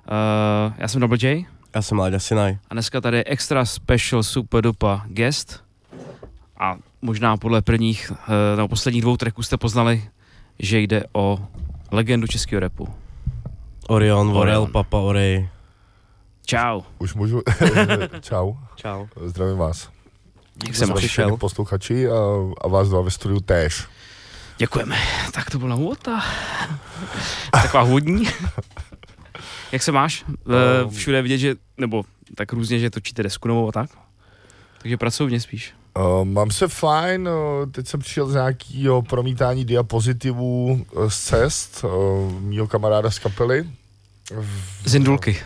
Já jsem Double J. Já jsem Láďa Sinaj. A dneska tady je extra special super duper guest. A možná podle prvních, nebo posledních 2 tracků jste poznali, že jde o legendu českého rapu. Orion, Vorel, Papa Orej. Čau. Už můžu? Čau. Čau. Zdravím vás. Jak jsem přišel. Posluchači a vás dva ve studiu též. Děkujeme. Tak to byla úvod. Taková hudní. Jak se máš? Všude vidět, že, nebo tak různě, že točíte desku novou a tak? Takže pracovně spíš. Mám se fajn, teď jsem přišel z nějakého promítání diapozitivů z cest mýho kamaráda z kapely. Z Indulky.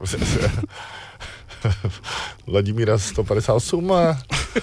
Vladimíra 158 a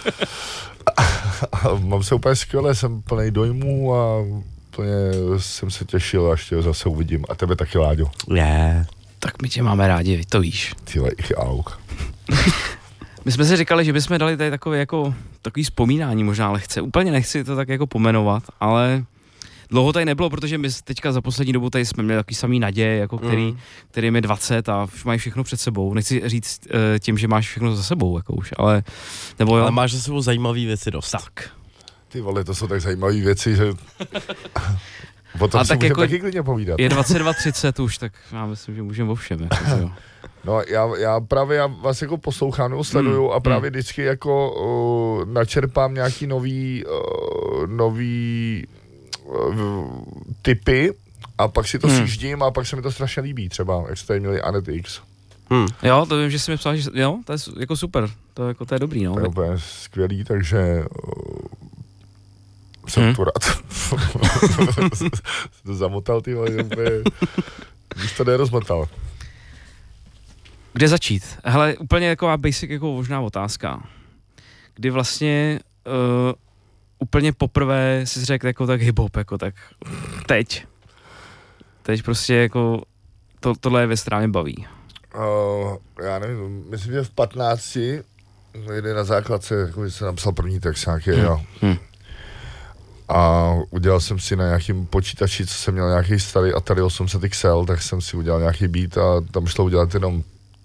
mám se úplně skvěle, jsem plnej dojmů a úplně jsem se těšil, až tě zase uvidím. A tebe taky, Láďo. Yeah. Tak my tě máme rádi, to víš. Tyhle, ich auk. My jsme si říkali, že bychom dali tady takový vzpomínání možná lehce. Úplně nechci to tak jako pomenovat, ale dlouho tady nebylo, protože my teďka za poslední dobu tady jsme měli takový samý naděje, jako který je 20 a už mají všechno před sebou. Nechci říct tím, že máš všechno za sebou, jako už, ale... Nebo jo. Ale máš za sebou zajímavý věci dost. Tak. Ty vole, to jsou tak zajímavé věci, že... O tom si můžeme jako taky klidně povídat. Je 22:30 už, tak já myslím, že můžeme o všem. Jako, jo. No já právě vás jako poslouchám nebo sleduju a právě vždycky jako načerpám nějaký nový typy a pak si to sjíždím a pak se mi to strašně líbí, třeba jak jste tady měli Anet X. Jo, to vím, že jsi mi psal, že jo, to je jako super, to je dobrý, no. To je úplně skvělý, takže jsem tu rád. to zamotal, ty vole, už to nerozmotal. Kde začít? Hele, úplně jako basic, jako možná otázka. Kdy vlastně úplně poprvé si řekl jako tak hip-hop, jako tak teď. Teď prostě jako tohle je věc, která mě baví. Já nevím, myslím, že v 15 někdy na základce, jako jsem napsal první text nějaký, A udělal jsem si na nějakým počítači, co jsem měl nějaký starý Atari 800 XL, tak jsem si udělal nějaký beat a tam šlo udělat jenom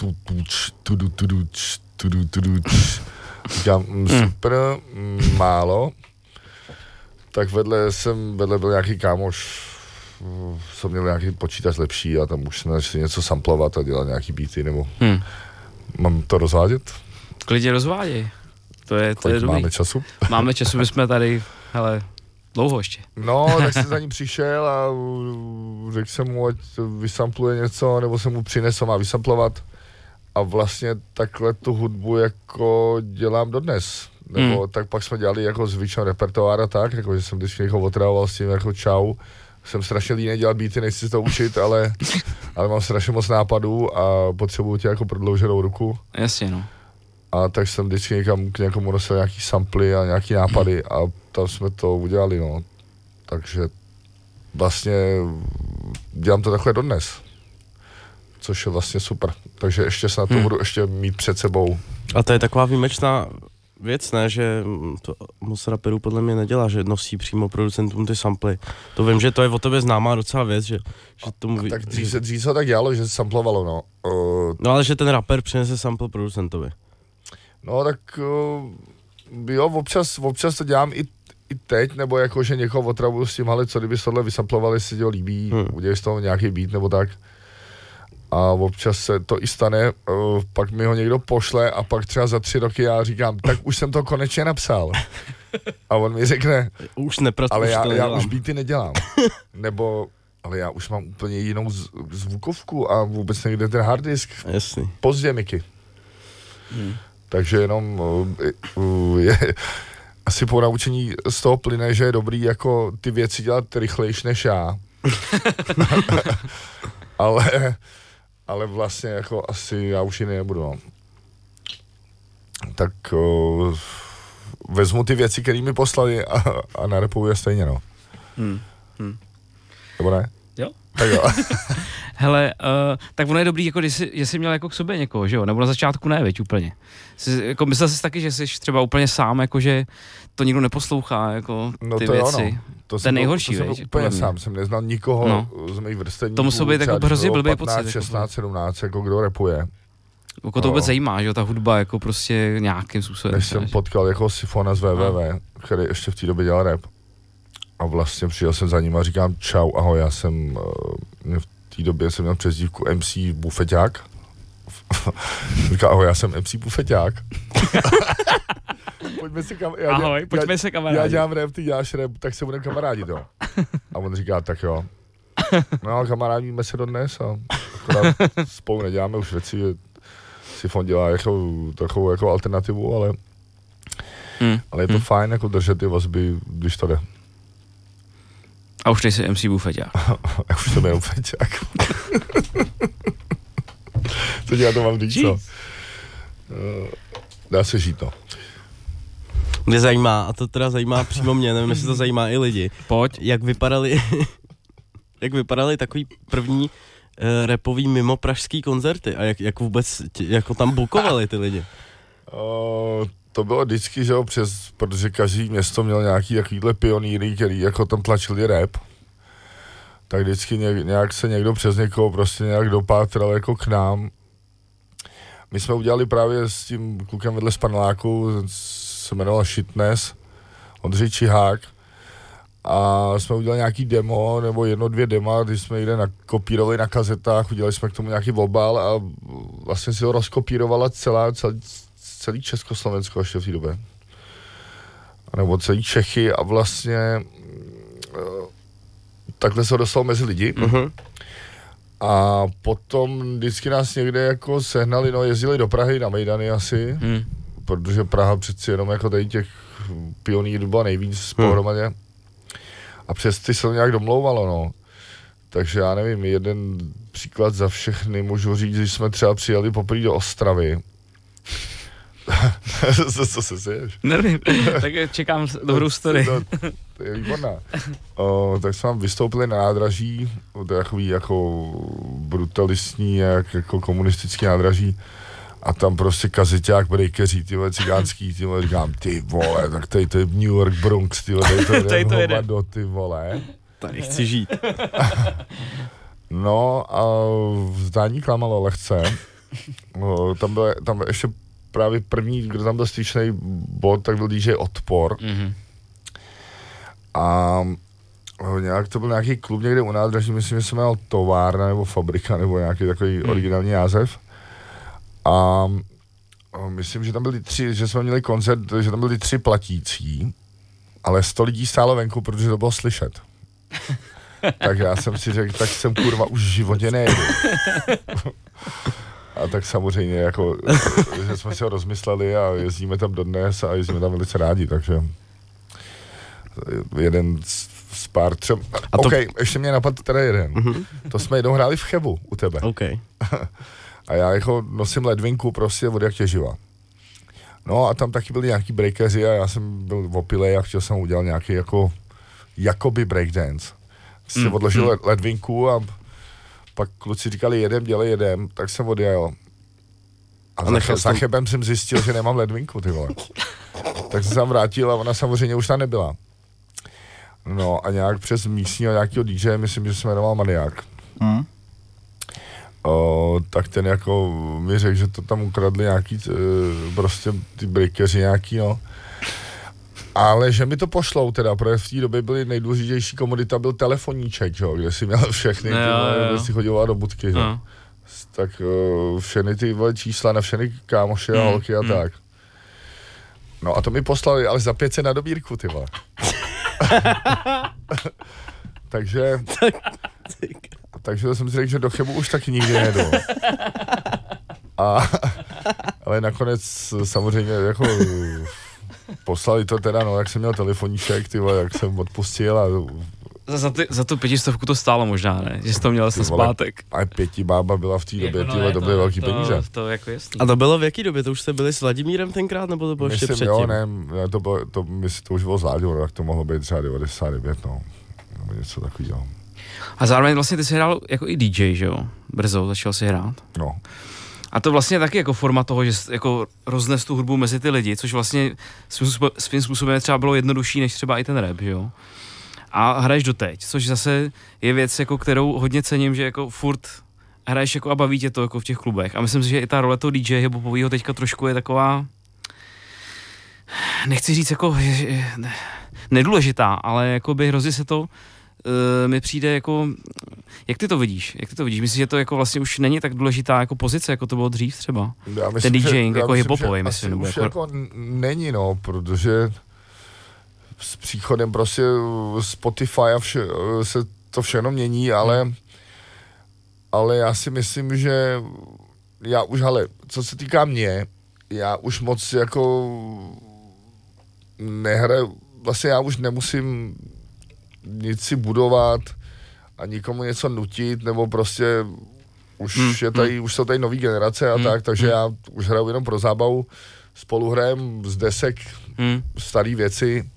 říkám, super, málo. Tak vedle byl nějaký kámoš, jsem měl nějaký počítač lepší a tam už jsme začali něco samplovat a dělat nějaký beaty, nebo mám to rozvádět? Klidně rozváděj. To je dobrý. Máme času? Máme času, my jsme tady, hele, dlouho ještě. No, tak jsem za ním přišel a řekl jsem mu, ať vysampluje něco, nebo jsem mu přinesl, má vysamplovat. A vlastně takhle tu hudbu jako dělám dodnes. Nebo tak pak jsme dělali jako zvyčnou repertoár a tak, jako že jsem vždycky někoho otravoval s tím jako čau. Jsem strašně líný dělat beaty, nechci si to učit, ale mám strašně moc nápadů a potřebuju tě jako prodlouženou ruku. Jasně, no. A tak jsem vždycky někam k někomu nosil nějaký samply a nějaký nápady a tam jsme to udělali, no. Takže vlastně dělám to takhle dodnes. Což je vlastně super. Takže ještě se na to budu ještě mít před sebou. A to je taková výjimečná věc, ne, že to moc raperů podle mě nedělá, že nosí přímo producentům ty samply. To vím, že to je o tobě známá docela věc, že tomu... Tak dřív se tak dělalo, že se samplovalo, no. No ale že ten rapper přinese sample producentovi. No tak jo, občas to dělám i teď, nebo jako, že někoho otravuju s tím, ale co kdyby tohle vysamplovali, si to líbí, udělej z toho nějaký beat nebo tak. A občas se to i stane, pak mi ho někdo pošle a pak třeba za 3 roky já říkám, tak už jsem to konečně napsal. A on mi řekne, už ale já už beaty nedělám. Nebo, ale já už mám úplně jinou zvukovku a vůbec někde ten harddisk. Jasný. Pozdě, Miky. Takže jenom asi po naučení z toho plyne, že je dobrý jako ty věci dělat rychlejš než já. ale vlastně jako asi já už jiný nebudu, no. Tak vezmu ty věci, které mi poslali a narepuju je stejně, no. Nebo ne? Jo. Tak jo. Hele, tak ono je dobrý, jako že jsi měl jako k sobě někoho, že jo? Nebo na začátku ne, veď úplně. Jako myslel jsi taky, že jsi třeba úplně sám, jako že to nikdo neposlouchá, jako No ty to věci. Jo, no. To je nejhorší, to jsem veď, úplně sám, jsem neznal nikoho z mých vrstevníků. To musel být jako hrozně blbý pocit. 15, 16, 17, jako kdo rapuje. Jako to vůbec zajímá, že jo, ta hudba jako prostě nějakým způsobem. Než jsem potkal jako Sifona z WWW, který ještě v té době dělal rap. A vlastně přijel jsem za ním a říkám čau, ahoj, já jsem v té době jsem měl přezdívku MC Bufeťák. Říká, ahoj, já jsem MC Bufeťák. Pojďme se kamarádi. Já dělám rap, ty děláš rap, tak se budeme kamarádi, jo. A on říká, tak jo. No, kamarádíme se dodnes a akorát spolu neděláme už věci, Sifon dělá jako, takovou jako alternativu, ale je to fajn jako držet ty vazby, když to jde. A už nejsi MC Bufeťák. Já už jsem jenom Bufeťák. Co já to mám říct, no? Dá se žít, no. Mě zajímá, a to teda zajímá přímo mě, nevím, jestli to zajímá i lidi. Pojď. Jak vypadaly takový první rapový mimo pražský koncerty a jak vůbec jako tam bukovali ty lidi? To bylo vždycky, že jo, protože každý město mělo nějaký takovýhle pionýry, který jako tam tlačili rap. Tak vždycky nějak se někdo přes někoho prostě nějak dopátral jako k nám. My jsme udělali právě s tím klukem vedle z paneláku, se jmenoval Shitness, Ondřej Čihák. A jsme udělali nějaký demo, nebo 1-2 dema, když jsme někde nakopírovali na kazetách, udělali jsme k tomu nějaký obal a vlastně si ho rozkopírovala celý Československo ještě v té době. Nebo celý Čechy a vlastně takhle se ho dostalo mezi lidi. A potom vždycky nás někde jako sehnali, no jezdili do Prahy na Mejdany asi, protože Praha přeci jenom jako tady těch pionýrů byla nejvíc pohromadě. A přes ty se to nějak domlouvalo, no. Takže já nevím, jeden příklad za všechny můžu říct, když jsme třeba přijeli poprvé do Ostravy. Co se seješ? Nevím, tak čekám dobrou story. To je výborná. Tak jsme tam vystoupili na nádraží, to je takový jako brutalistní, jako komunistický nádraží. A tam prostě kazeťák, breakeři, tyhle cigánský, tyhle, říkám, ty vole, tak tady to je New York, Bronx, tyhle, tady to jde hovado, ty vole. Tady chci žít. No a zdání klamalo lehce. Tam ještě právě první, kdo tam byl styčnej bod, tak byl DJ Odpor. A nějak to byl nějaký klub někde u nádraží, myslím, že se jmenoval Továrna nebo Fabrika, nebo nějaký takový originální název. A myslím, že tam byli že jsme měli koncert, že tam byli 3 platící, ale 100 lidí stálo venku, protože to bylo slyšet. Tak já jsem si řekl, tak jsem kurva už v životě nejdu. A tak samozřejmě jako, že jsme si ho rozmysleli a jezdíme tam dodnes a jezdíme tam velice rádi, takže jeden z pár třeba. OK, ještě mě napadl teda jeden. To jsme jednou hráli v Chebu u tebe. Okay. A já jako nosím ledvinku prostě od jak těživa. No a tam taky byli nějaký breakeři a já jsem byl opilej a chtěl jsem udělat nějaký jako jakoby breakdance. Jsem odložil ledvinku a pak kluci říkali jedem, tak jsem odjel. A za Chebem jsem zjistil, že nemám ledvinku, ty vole. Tak jsem se tam vrátil a ona samozřejmě už tam nebyla. No a nějak přes místního nějakého DJ, myslím, že se jmenoval Maniak. Tak ten jako mi řekl, že to tam ukradli nějaký prostě ty breakeři nějaký, no. Ale že mi to pošlou teda, protože v té době byly nejdůležitější komodita, byl telefoníček, jo, kde si měl všechny, kde si chodila do budky, jo. Tak všechny ty čísla na všechny kámoše a holky a tak. No a to mi poslali, ale za 500 na dobírku, ty vole. Takže jsem si řekl, že do Chebu už taky nikdy nejedu. Ale nakonec samozřejmě jako poslali to teda, no, jak jsem měl telefoníček, ty vole, jak jsem odpustil a... Za tu 500 to stálo možná, ne? Že jsi to měl zpátek. A 5 bába byla v té době, tyhle, to byly velký peníze. To jako jasný. A to bylo v jaký době? To už jste byli s Vladimírem tenkrát, nebo to bylo ještě předtím? Jo, ne, to už bylo s Láďou, tak to mohlo být třeba 99, no. Nebo něco takového. A zároveň vlastně ty jsi hrál jako i DJ, že jo? Brzo začal si hrát. No. A to vlastně taky jako forma toho, že jako roznes tu hudbu mezi ty lidi, což vlastně svým způsobem třeba bylo jednodušší než třeba i ten rap, že jo? A hraješ doteď, což zase je věc, jako kterou hodně cením, že jako furt hraješ jako a baví tě to jako v těch klubech. A myslím si, že i ta role toho DJ hiphopovýho teďka trošku je taková, nechci říct jako nedůležitá, ale jako by hrozně se to mi přijde jako, jak ty to vidíš? Myslíš, že to jako vlastně už není tak důležitá jako pozice, jako to bylo dřív třeba? Ten DJing jako hiphopový, myslím. Nebo už jako není, no, protože s příchodem prostě Spotify a se to všechno mění, ale já si myslím, že já už, hele, co se týká mě, já už moc jako nehraju, vlastně já už nemusím nic si budovat a nikomu něco nutit, nebo prostě už jsou tady nový generace a tak, takže já už hraju jenom pro zábavu, spolu hrajem z desek starý věci.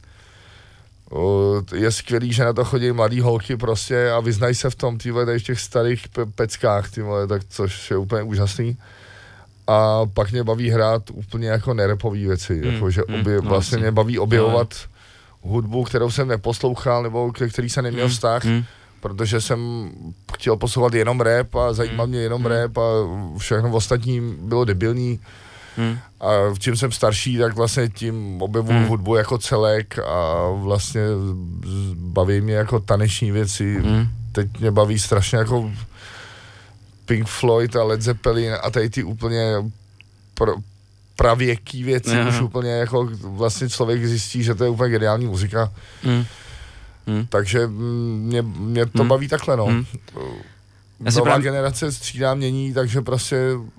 Je skvělý, že na to chodí mladý holky prostě a vyznají se v tom, tady v těch starých peckách, tak což je úplně úžasný. A pak mě baví hrát úplně jako nerepový věci, jako že vlastně mě baví objevovat hudbu, kterou jsem neposlouchal, nebo který jsem neměl vztah, protože jsem chtěl poslouchat jenom rap a zajímal mě jenom rap a všechno ostatní bylo debilní. A čím jsem starší, tak vlastně tím objevuju hudbu jako celek a vlastně baví mě jako taneční věci. Teď mě baví strašně jako Pink Floyd a Led Zeppelin a tady ty úplně pravěký věci, už úplně jako vlastně člověk zjistí, že to je úplně geniální muzika. Takže mě to baví takhle, no. Nová generace střídá, mění, takže prostě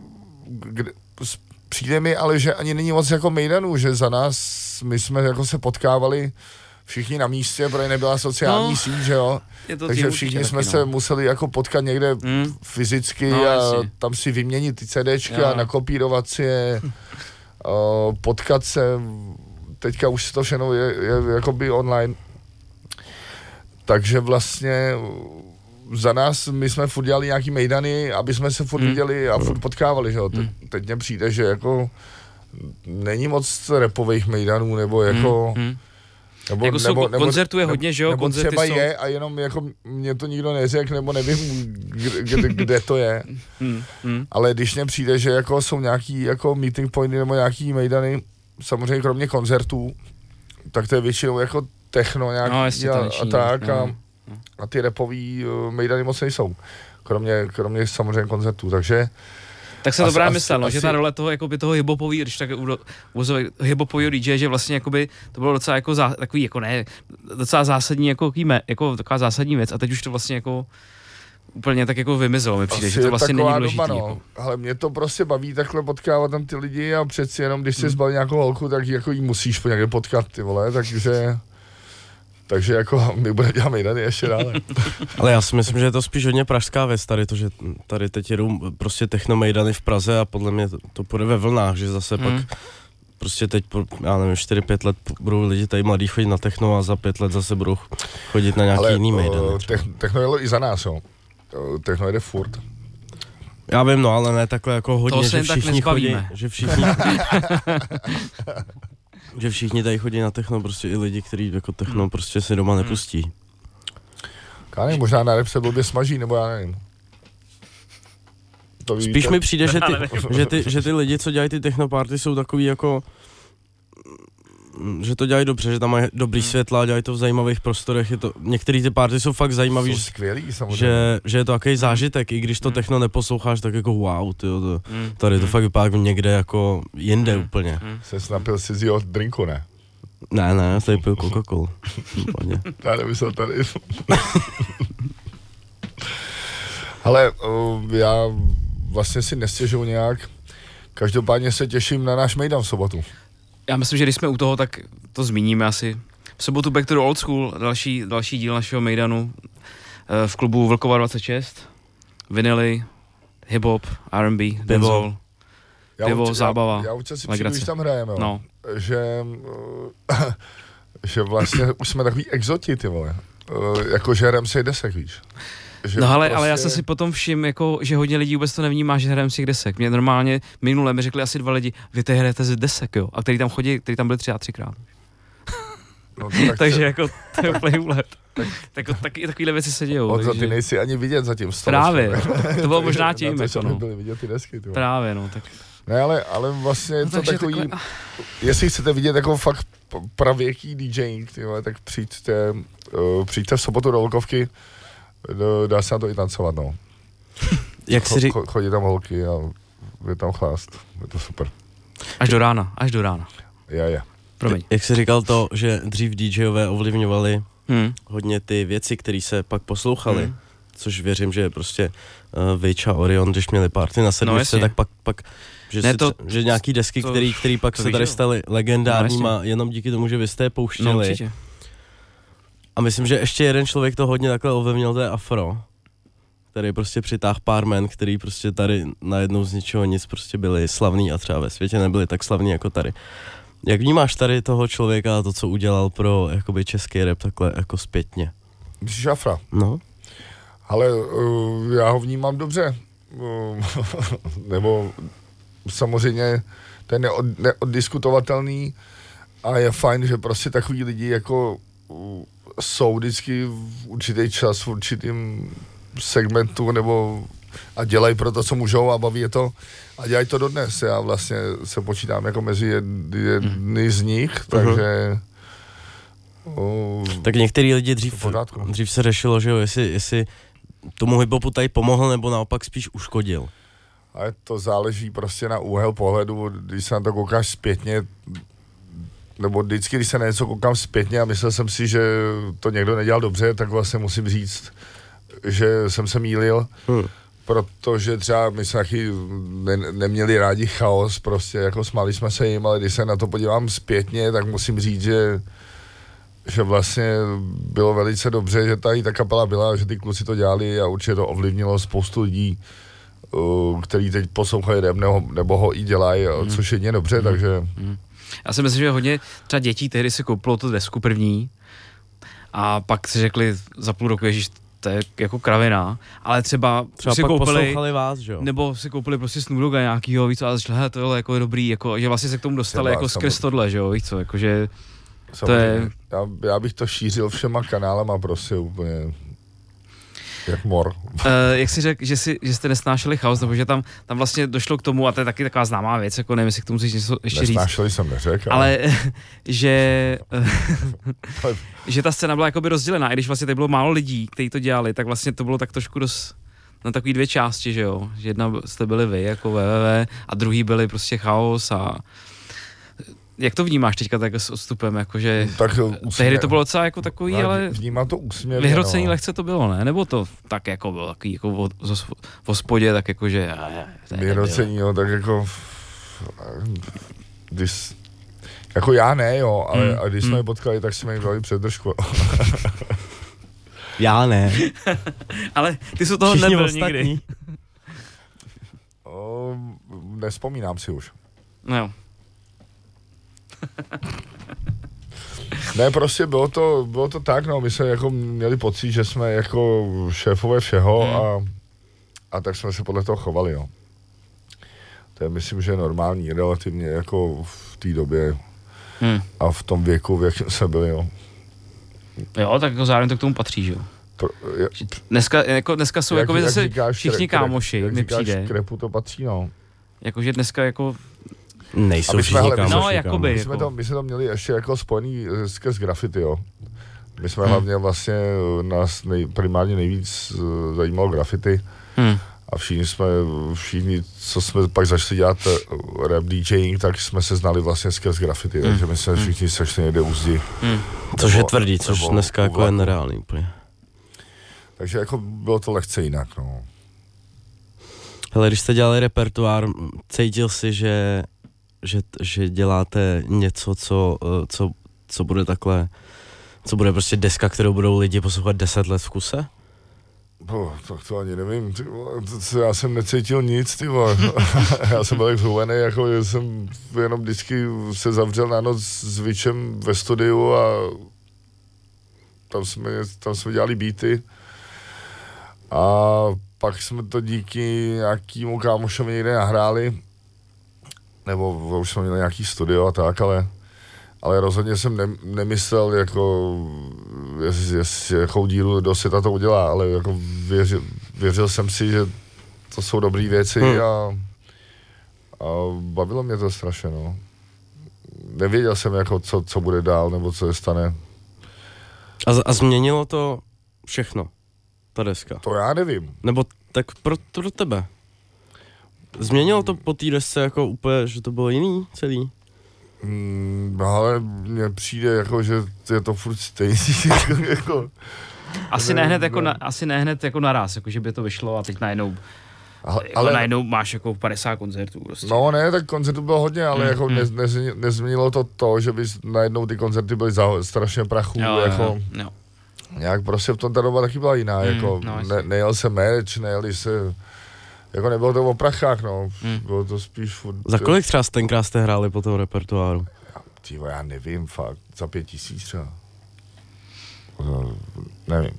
přijde mi, ale že ani není moc jako mejdanů, že za nás, my jsme jako se potkávali všichni na místě, protože nebyla sociální síť, že jo. Takže všichni jsme se museli jako potkat někde fyzicky a tam si vyměnit ty CDčky a nakopírovat si je, potkat se, teďka už to všechno je jakoby online. Takže vlastně za nás, my jsme furt dělali nějaký mejdany, aby jsme se furt viděli a furt potkávali, že jo. Teď mně přijde, že jako není moc rapových mejdanů, nebo jako... Nebo koncertuje hodně, že jo? Nebo třeba jsou... je a jenom jako mě to nikdo neřekl, nebo nevím, kde to je. Ale když mně přijde, že jako jsou nějaký jako meeting pointy nebo nějaký mejdany, samozřejmě kromě koncertů, tak to je většinou jako techno nějaký a tak. A ty rapový mejdany moc nejsou. Kromě samozřejmě koncertů, takže... Tak se to právě myslel, že ta role toho, jakoby toho hiphopový, když tak hiphopovýho DJ, že vlastně jakoby to bylo docela jako takový, jako ne, docela zásadní, jako taková zásadní věc a teď už to vlastně jako úplně tak jako vymizelo, mi přijde, že to vlastně není důležitý. No. Jako. Ale mě to prostě baví takhle potkávat tam ty lidi a přeci jenom, když si zbaví nějakou holku, tak jako jí musíš někde potkat, ty vole, takže jako my budeme dělat mejdany ještě dále. Ale já si myslím, že je to spíš hodně pražská věc tady, to, že tady teď jedou prostě techno mejdany v Praze a podle mě to půjde ve vlnách, že zase pak prostě teď, já nevím, 4-5 let budou lidi tady mladí chodit na techno a za 5 let zase budou chodit na nějaký jiný mejdany. Techno jelo i za nás, jo. Techno jede furt. Já vím, no, ale ne takhle jako hodně, že všichni chodí, že všichni tady chodí na techno, prostě i lidi, kteří jako techno prostě si doma nepustí. Já nevím, možná na rap se blbě smaží, nebo já nevím. Spíš mi přijde, že ty lidi, co dělají ty technoparty, jsou takový jako, že to dělají dobře, že tam mají dobrý světla, dělají to v zajímavých prostorech, některé ty party jsou fakt zajímavý, jsou skvělý, že je to takový zážitek, i když to techno neposloucháš, tak jako wow, tyjo, tady to fakt vypadá jako někde jako jinde úplně. Jsi napil si z jeho drinku, ne? Ne, já jsem pil Coca-Cola. Já nemyslel tady. Ale já vlastně si nestěžuju nějak, každopádně se těším na náš mejdan v sobotu. Já myslím, že když jsme u toho, tak to zmíníme asi. V sobotu Back to the Old School, další díl našeho mejdanu v klubu Vlkova 26. Vinily, hip-hop, R&B, dancehall, pivo, zábava, já určitě si přijdu, když tam hrajeme, že vlastně už jsme takový exoti, ty vole. jako že hrem si desek, víš. Že No ale já jsem si potom všiml, jako, že hodně lidí vůbec to nevnímá, že hrajeme z těch desek. Mě normálně minule mi řekli asi 2 lidi, vy teď hrajete z desek, jo, a který tam chodí, který tam byli 3krát. No, takže jako to je úplný úlet. Taky takovýhle věci se dějou. Takže... Ty nejsi ani vidět za tím stolem. Právě, to bylo možná tím. Na jako, no. byly vidět ty desky. Tyvo. Právě, no. Tak... Ne, ale vlastně je to takový, takhle... jestli chcete vidět jako fakt pravěký DJing, tyvo, tak přijďte v sobotu do Volkovky, dá se na to i tancovat, no. Jak si řík... Chodí tam holky a je tam chlást, je to super. Až do rána. Je. Promiň. Jak jsi říkal to, že dřív DJové ovlivňovali hodně ty věci, které se pak poslouchaly, což věřím, že prostě Vič a Orion, když měli party na sedmičce, tak pak že, ne, že nějaký desky, který pak se tady staly legendárníma, jenom díky tomu, že vy jste je pouštěli. No, určitě. A myslím, že ještě jeden člověk to hodně takhle ovlivnil, to je Afro, který prostě přitáhl pár men, který prostě tady najednou z ničeho nic prostě byli slavní a třeba ve světě nebyli tak slavní jako tady. Jak vnímáš tady toho člověka a to, co udělal pro jakoby český rap takhle jako zpětně? Myslíš Afra? No. Ale já ho vnímám dobře. Nebo samozřejmě to je neoddiskutovatelný a je fajn, že prostě takový lidi jako jsou vždycky v určitý čas, v určitým segmentu nebo a dělají pro to, co můžou a baví je to a dělají to dodnes. Já vlastně se počítám jako mezi jedny z nich, takže... Tak některý lidi dřív se řešilo, že jo, jestli tomu hiphopu tady pomohl nebo naopak spíš uškodil. Ale to záleží prostě na úhel pohledu, když se na to koukáš zpětně, nebo vždycky, když se na něco koukám zpětně a myslel jsem si, že to někdo nedělal dobře, tak vlastně musím říct, že jsem se mýlil, protože třeba my jsme taky neměli rádi chaos, prostě jako smáli jsme se jim, ale když se na to podívám zpětně, tak musím říct, že vlastně bylo velice dobře, že tady ta kapela byla, že ty kluci to dělali a určitě to ovlivnilo spoustu lidí, který teď poslouchají rap nebo ho i dělají, což je dobře, takže... Já si myslím, že hodně třeba dětí tehdy si koupilo tu desku první a pak si řekli za půl roku, ježiš, to je jako kravina, ale třeba si pak koupili, poslouchali vás, že jo? Nebo si koupili prostě Snoop Dogga nějakýho, víc, a začali, tohle jako je dobrý, jako, že vlastně se k tomu dostali třeba, jako skrz tohle, že jo, víš co, jakože to je... Já bych to šířil všema kanálama prostě úplně... Jak mor. Jak jsi řekl, že jste nesnášeli chaos, nebo že tam vlastně došlo k tomu, a to je taky taková známá věc, jako nevím, jestli k tomu chceš něco ještě říct. Nesnášeli jsem neřekl. Ale že ta scéna byla jakoby rozdělená, i když vlastně tady bylo málo lidí, kteří to dělali, tak vlastně to bylo tak trošku dost na takový 2 části, že jo. Že jedna jste byli vy, jako www, a druhý byli prostě chaos a... Jak to vnímáš teďka tak s odstupem, jakože tak tehdy to bylo docela jako takový, ale vnímám to úsměvně, vyhrocení lehce to bylo, ne? Nebo to tak jako bylo takový jako v hospodě, tak jakože... Vyhrocení, jo, tak jako... Jako já ne, jo, ale a když jsme je potkali, tak jsme jim dali předržku. Já ne. Ale ty jsi toho nebyl nikdy. Nespomínám si už. No jo. Ne, prostě bylo to tak, no, my jsme jako měli pocit, že jsme jako šéfové všeho a tak jsme se podle toho chovali, jo. To je, myslím, že normální, relativně jako v té době a v tom věku, v jakém jsme byli, jo. Jo, tak jako zároveň to k tomu patří, že jo. Dneska jsou jako zase všichni kámoši, mi přijde. K rapu to patří, no. Jakože dneska jako... Nejsou všichni kámoši. No, jakoby. My jsme to měli ještě jako spojený skrz graffiti, jo. My jsme hlavně vlastně, nás primárně nejvíc zajímalo graffiti. A všichni, co jsme pak začali dělat rap DJing, tak jsme se znali vlastně skrz graffiti, takže my jsme všichni sešli někde u zdi. Což je tvrdý, což dneska jako je nereálný úplně. Takže jako bylo to lehce jinak, no. Hele, když jste dělali repertoár, cítil jsi, že děláte něco, co bude takhle, co bude prostě deska, kterou budou lidi poslouchat 10 let v kuse? Tak to ani nevím, já jsem necítil nic, ty vole. Já jsem byl tak zhuvený, jako jsem jenom vždycky se zavřel na noc s Vičem ve studiu a tam jsme dělali beaty a pak jsme to díky nějakému kámošovi někde nahráli, nebo už jsme měli nějaký studio a tak, ale rozhodně jsem nemyslel, jako, jestli jakou dílu do světa to udělá, ale jako věřil jsem si, že to jsou dobré věci a bavilo mě to strašně, no. Nevěděl jsem, jako, co bude dál, nebo co se stane. A změnilo to všechno, ta deska? To já nevím. Nebo tak pro tebe? Změnilo to po té desce jako úplně, že to bylo jiný celý? Ale mně přijde, jako, že je to furt stejný. Jako, asi ne hned jako naraz, jako, že by to vyšlo a teď najednou ale najednou máš jako 50 koncertů prostě. No ne, tak koncertů bylo hodně, ale jako nezměnilo to, že by najednou ty koncerty byly za strašně prachu, jo. Nějak prostě v tom ta doba taky byla jiná, jako nejel se merch, nejeli se, jako nebylo to o prachách, no, bylo to spíš furt. Za kolik třeba tenkrát jste hráli po tom repertoáru? Já nevím, fakt, za 5 000 třeba. Nevím,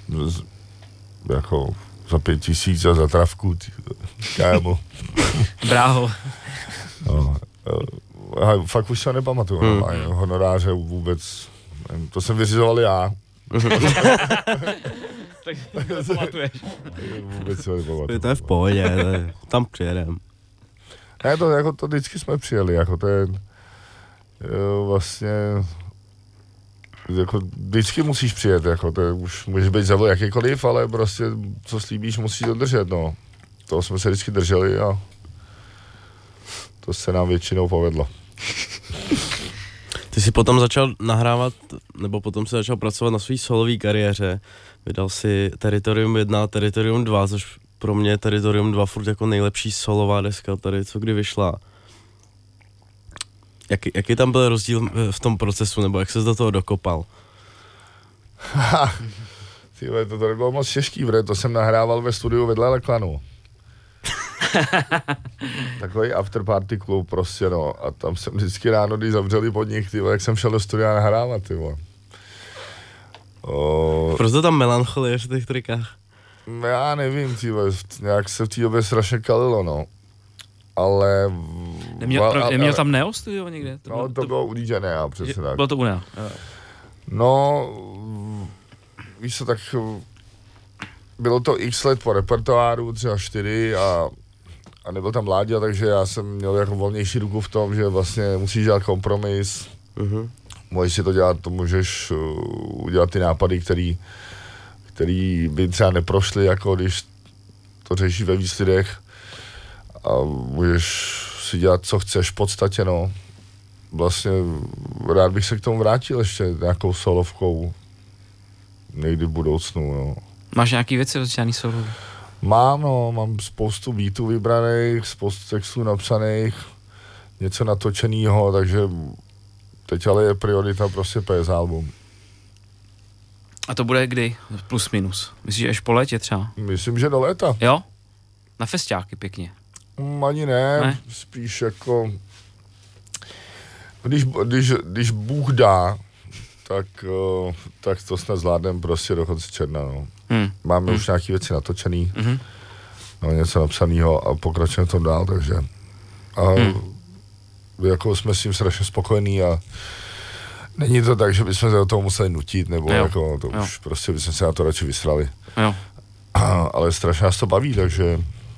jako za 5 000 a za travku, kámo. Bráho. No, fakt už se nepamatuju, honoráře vůbec, nevím, to jsem vyřizoval já. Tak to pamatuješ. Vůbec se nepamatuju. To je v pohodě, tam přijedem. Ne, to vždycky jsme přijeli, jako to je vlastně, jako vždycky musíš přijet, jako to je, už můžeš být zavol jakýkoliv, ale prostě co slíbíš, musíš dodržet, no. Toho jsme se vždycky drželi a to se nám většinou povedlo. Ty jsi potom začal nahrávat, nebo potom se začal pracovat na své solové kariéře. Vydal si Teritorium 1 a Teritorium 2, což pro mě Teritorium 2 furt jako nejlepší solová deska tady, co kdy vyšla. Jaký tam byl rozdíl v tom procesu, nebo jak ses do toho dokopal? Tyhle, to nebylo moc těžký, protože to jsem nahrával ve studiu vedle Leklanu. Takový afterparty klub prostě, no. A tam jsem vždycky ráno, když zavřeli podnik, jak jsem šel do studia nahrávat, Proč tam melancholie v těch trikách? Já nevím, nějak se v té době strašně kalilo, no. Ale... Neměl tam Neo studio někde? To bylo u DJ Nea, přesně tak. Bylo to u Nea. No, víš co, tak bylo to x let po repertoáru, třeba 4 a nebyl tam Láďa, takže já jsem měl jako volnější ruku v tom, že vlastně musíš dělat kompromis. Můžeš si to dělat, to můžeš udělat ty nápady, který by třeba neprošly, jako když to řešíš ve víc lidech. A můžeš si dělat, co chceš v podstatě, no. Vlastně rád bych se k tomu vrátil ještě nějakou solovkou někdy v budoucnu, no. Máš nějaký věci rozdělaný solový? Mám spoustu beatů vybraných, spoustu textů napsaných, něco natočenýho, takže teď ale je priorita prostě PS album. A to bude kdy? Plus minus. Myslíš, že až po létě třeba? Myslím, že do léta. Jo? Na festiáky pěkně. Ani ne, spíš jako, když Bůh dá, tak to snad zvládnem prostě do konce června, no. Máme už nějaký věci natočený, no, něco napsanýho a pokračujeme to dál, takže jako jsme s tím strašně spokojení a není to tak, že bychom se do toho museli nutit, nebo jako to už prostě bychom se na to radši vysrali. Ale strašně nás to baví, takže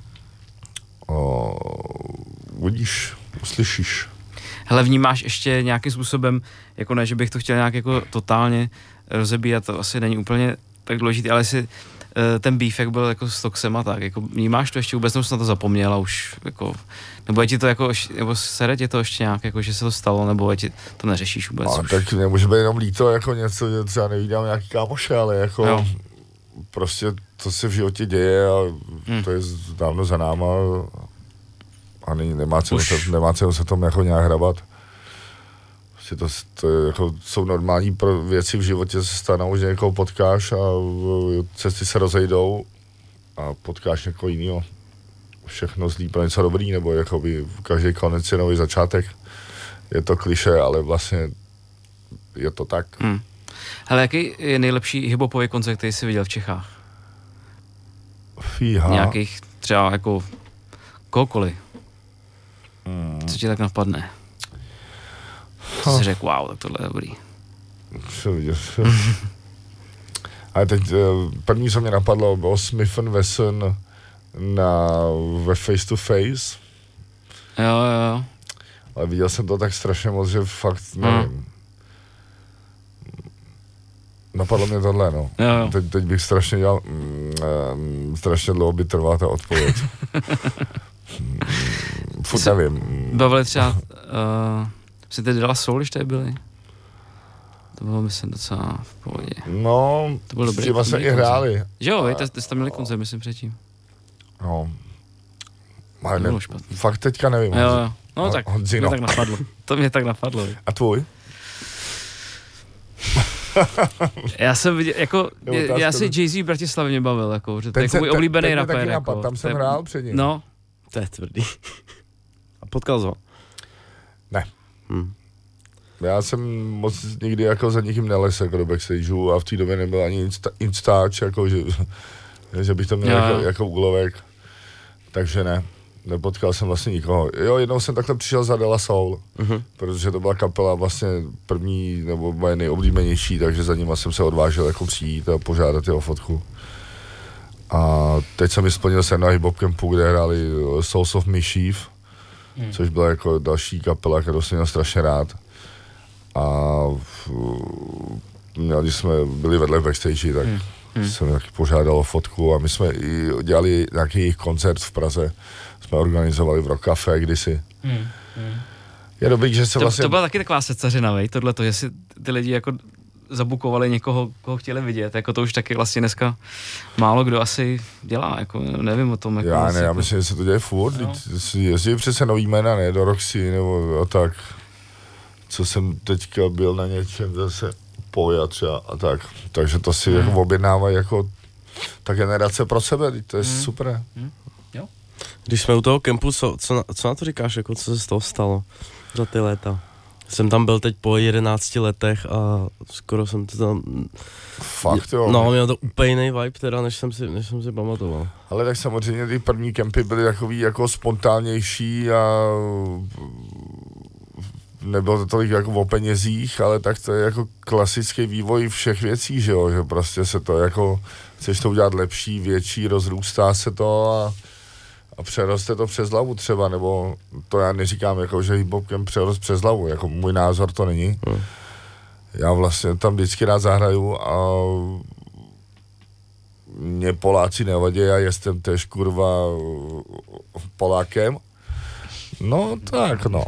uvidíš, uslyšíš. Hele, vnímáš ještě nějakým způsobem, jako ne, že bych to chtěl nějak jako totálně rozebírat, to asi není úplně tak důležitý, ale jestli ten beef, jak byl jako s Toxem a tak, jako vnímáš to ještě vůbec, nebo jsi na to zapomněla už, jako, nebo je ti to jako, nebo sere tě to ještě nějak, jako, že se to stalo, nebo je ti to neřešíš vůbec už? Tak nemůže být jenom líto, jako něco, že třeba nevídám nějaký kámoše, ale jako prostě to se v životě děje a to je dávno za náma a nemá cenu se tomu jako nějak hrabat. Prostě to je, jako, jsou normální věci v životě, se stanou, že někoho potkáš a cesty se rozejdou a potkáš někoho jiného. Všechno zlí pro něco dobrý, nebo jakoby každý konec je nový začátek. Je to klišé, ale vlastně je to tak. Hele, jaký je nejlepší hiphopový koncert, který jsi viděl v Čechách? Fíha. Nějakých třeba jako kohokoliv. Co ti tak napadne? Co jsi řekl, wow, tak tohle je dobrý. Co viděl? Ale teď první, co mě napadlo, bylo Smith & Wesson ve Face to Face. Jo. Ale viděl jsem to tak strašně moc, že fakt nevím. Napadlo mě tohle, no. Jo. Teď bych strašně dělal, strašně dlouho by trvala ta odpověď. Furt nevím. Bavili třeba, si teď dala Soul, když tady byli? To bylo, myslím, docela v pohodě. No, to bylo dobrý, s těma jsme i hráli. Že jo, ty jste tam měli koncert, myslím, předtím. No. Ale ne, fakt teďka nevím. Jo. No tak, Honzino. Mě tak napadlo. To mě tak napadlo. A tvůj? Já jsem viděl, jako, já si Jay-Z v Bratislavě mě bavil, jako, že to je jako můj oblíbený rapper. Jako, tam jsem hrál před ním. No. To je tvrdý. A potkal jsi ho? Ne. Já jsem moc nikdy jako za nikým neles jako do backstageu a v té době nebyl ani Instač, jako, že bych to měl jako úlovek. Takže ne. Nepotkal jsem vlastně nikoho. Jo, jednou jsem takhle přišel za De La Soul, protože to byla kapela vlastně první, nebo moje nejoblíbenější, takže za nima jsem se odvážil jako přijít a požádat je o fotku. A teď jsem splnil sen na hip-hop campu, kde hráli Souls of Mischief, což byla jako další kapela, kterou jsem měl strašně rád. A když jsme byli vedle v backstage, tak jsem taky požádal o fotku a my jsme i dělali nějaký jejich koncert v Praze. Jsme organizovali v Rock Café kdysi. Je dobrý, že se vlastně... To byla taky taková secařina, vej, tohleto, jestli ty lidi jako zabukovali někoho, koho chtěli vidět, jako to už taky vlastně dneska málo kdo asi dělá, jako nevím o tom. Jako já vlastně, ne, já myslím, že se to děje furt, jezdí přece nový jména, ne, do Roxy nebo a tak. Co jsem teďka byl na něčem zase Poja třeba a tak. Takže to si jako objednávají jako ta generace pro sebe, to je super. Jo. Když jsme u toho kempu, co na to říkáš, jako co se z toho stalo za ty léta? Jsem tam byl teď po 11 letech a skoro jsem to tam... Fakt jo. No, měl to úplně jiný vibe teda, než jsem si pamatoval. Ale tak samozřejmě ty první kempy byly takový jako spontánnější a nebylo to tolik jako o penězích, ale tak to je jako klasický vývoj všech věcí, že jo, že prostě se to jako, chceš to udělat lepší, větší, rozrůstá se to a přeroste to přes hlavu třeba, nebo to já neříkám jako, že hip-hopkem přerost přes hlavu, jako můj názor to není. Já vlastně tam vždycky rád zahraju a mě Poláci nevadí, já jsem tež kurva Polákem. No tak, no.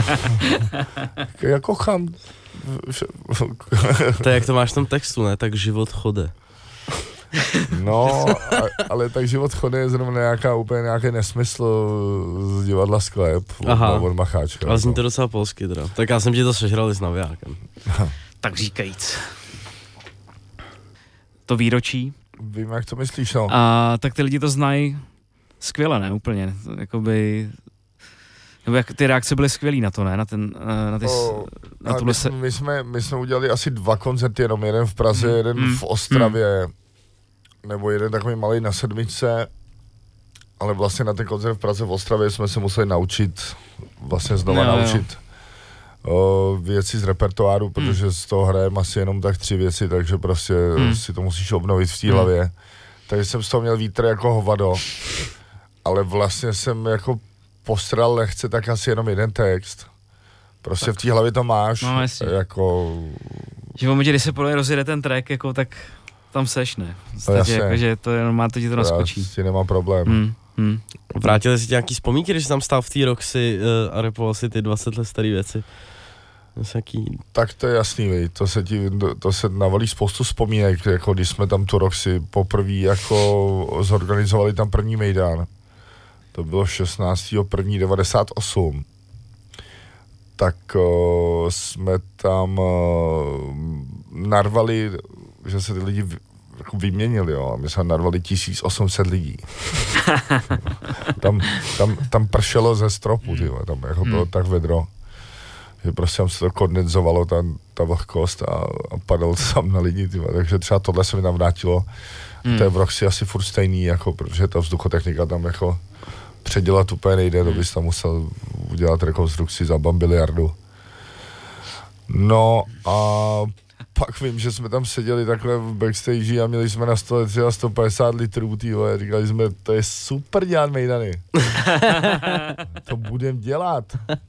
Já kochám. To je, jak to máš v tom textu, ne? Tak život chode. No, ale tak život chode je zrovna nějaký nesmysl z divadla Sklep od Macháčka. Ale zní to docela polsky teda. Tak já jsem ti to sežral i s navijákem. Tak říkajíc. To výročí. Vím, jak to myslíš, no. A tak ty lidi to znají skvěle, ne? Úplně. Jakoby... Nebo jak ty reakce byly skvělý na to, ne? My jsme udělali asi 2 koncerty, jenom jeden v Praze, jeden v Ostravě, nebo jeden takový malý na Sedmičce, ale vlastně na ten koncert v Praze v Ostravě jsme se museli naučit, vlastně znova naučit věci z repertoáru, protože z toho hrajeme asi jenom tak 3 věci, takže prostě si to musíš obnovit v té hlavě. Takže jsem z toho měl vítr jako hovado, ale vlastně jsem jako postral lehce tak asi jenom jeden text. Prostě tak. V té hlavě to máš. No, jako... Že v momentě, kdy se podle rozjede ten track, jako, tak tam seš, ne? Jako, že to jenom má, to ti to naskočí. Já si nemám problém. Vrátili si ti nějaký vzpomínky, když jsi tam stál v té Roxy a rapoval si ty 20 let staré věci? Tak to je jasný, vej. To se navalí spoustu vzpomínek, jako když jsme tam tu Roxy poprvé jako zorganizovali tam první mejdán. To bylo 16.1.98. Tak jsme tam narvali, že se ty lidi jako vyměnili, jo, a my jsme narvali 1800 lidí. tam pršelo ze stropu, tyhle, tam jako bylo tak vedro, že prostě tam se to kondenzovalo, ta vlhkost a padalo to tam na lidi, tyva. Takže třeba tohle se mi tam vrátilo. To je v Roxy asi furt stejný, jako, protože ta vzduchotechnika tam jako předělat úplně nejde, to bys tam musel udělat rekonstrukci za bambiliardu. No a pak vím, že jsme tam seděli takhle v backstage a měli jsme na stole třeba 150 litrů, týhle. Říkali jsme, to je super dělat mejdany. To budem dělat.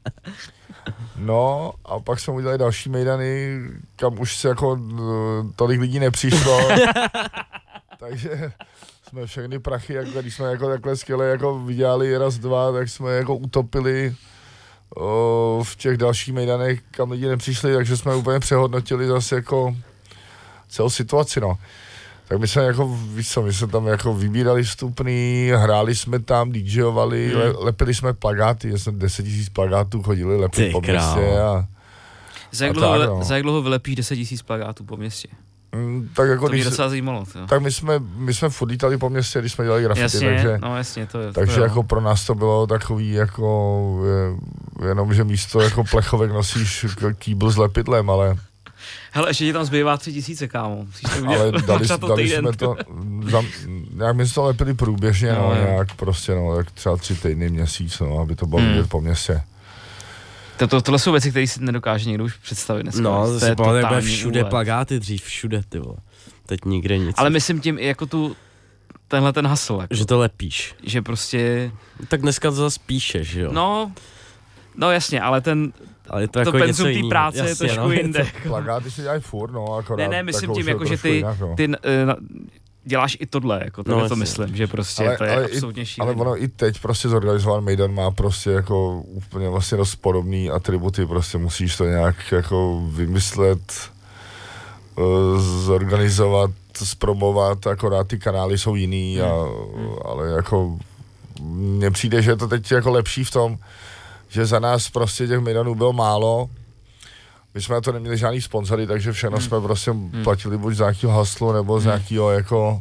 No a pak jsme udělali další mejdany, kam už se jako tolik lidí nepřišlo. Takže jsme všechny prachy, jako, když jsme jako takhle skvěle jako vydělali raz, dva, tak jsme jako utopili v těch dalších mejdanech, kam lidi nepřišli, takže jsme úplně přehodnotili zase jako celou situaci, no. Tak my jsme jako, víš co, my jsme tam jako vybírali vstupný, hráli jsme tam, DJovali, lepili jsme plakáty, jsme 10 000 plakátů chodili lepit po městě Za jak dlouho vylepíš 10 000 plakátů po městě? Tak jako to mě docela zajímalo. Tak my jsme furt lítali po městě, když jsme dělali grafity, jasně, takže jako pro nás to bylo takový jako, jenom že místo jako plechovek nosíš kýbl s lepidlem, ale... Hele, ještě ti tam zbývá 3000, kámo. Ale dali jsme to, nějak my jsme to lepili průběžně, nějak prostě, tak třeba 3 týdny, měsíc, aby to bylo vidět po městě. Tohle jsou věci, které si nedokáže někdo už představit dneska. No, to si pamatuje, všude plakáty dřív, všude, ty vole. Teď nikde nic. Ale myslím tím i jako tenhle ten hustle. Jako, že to lepíš. Že prostě... Tak dneska to zase píšeš, jo. No jasně, ale ale to jako penzum té práce je trošku jinde. Plakáty si dělají furt, akorát. Ne, myslím tím jako, že ty děláš i tohle, jako to myslím, že prostě to je absolutně šílené. Ale ono i teď prostě zorganizovaný mejdan má prostě jako úplně vlastně dost podobný atributy, prostě musíš to nějak jako vymyslet, zorganizovat, zpromovat, akorát ty kanály jsou jiný, ale jako mně přijde, že je to teď jako lepší v tom, že za nás prostě těch mejdanů bylo málo. My jsme na to neměli žádný sponzory, takže všechno jsme prostě platili buď z nějakého haslu, nebo z nějakého jako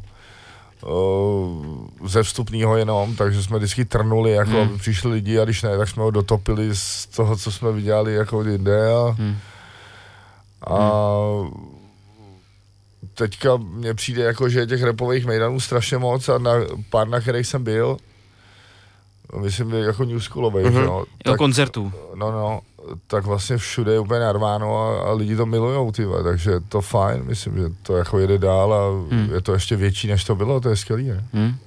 ze vstupného jenom, takže jsme vždycky trnuli, jako aby přišli lidi a když ne, tak jsme ho dotopili z toho, co jsme viděli jako jinde a teďka mně přijde jako, že těch rapových mejdanů strašně moc a na pár, na kterých jsem byl, myslím, jako New Schoolovej, že jo. Tak, koncertů. No, tak vlastně všude je úplně narváno a lidi to milujou, tyhle, takže je to fajn, myslím, že to jako jede dál a je to ještě větší, než to bylo, to je skvělý, ne?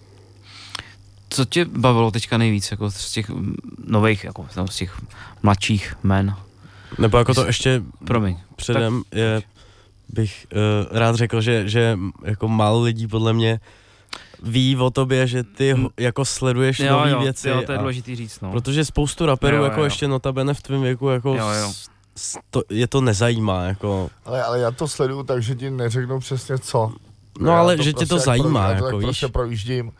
Co tě bavilo teďka nejvíc, jako z těch nových, jako z těch mladších men? Nebo jako to ještě Promiň. Předem bych rád řekl, že jako málo lidí podle mě ví o tobě, že ty jako sleduješ nové věci. Jo, to je důležitý říct, no. Protože spoustu raperů jako ještě notabene v tvém věku jako je to nezajímá, jako. Ale já to sleduju, takže ti neřeknu přesně co. No ale že tě to zajímá, jako víš. Prostě projíždím.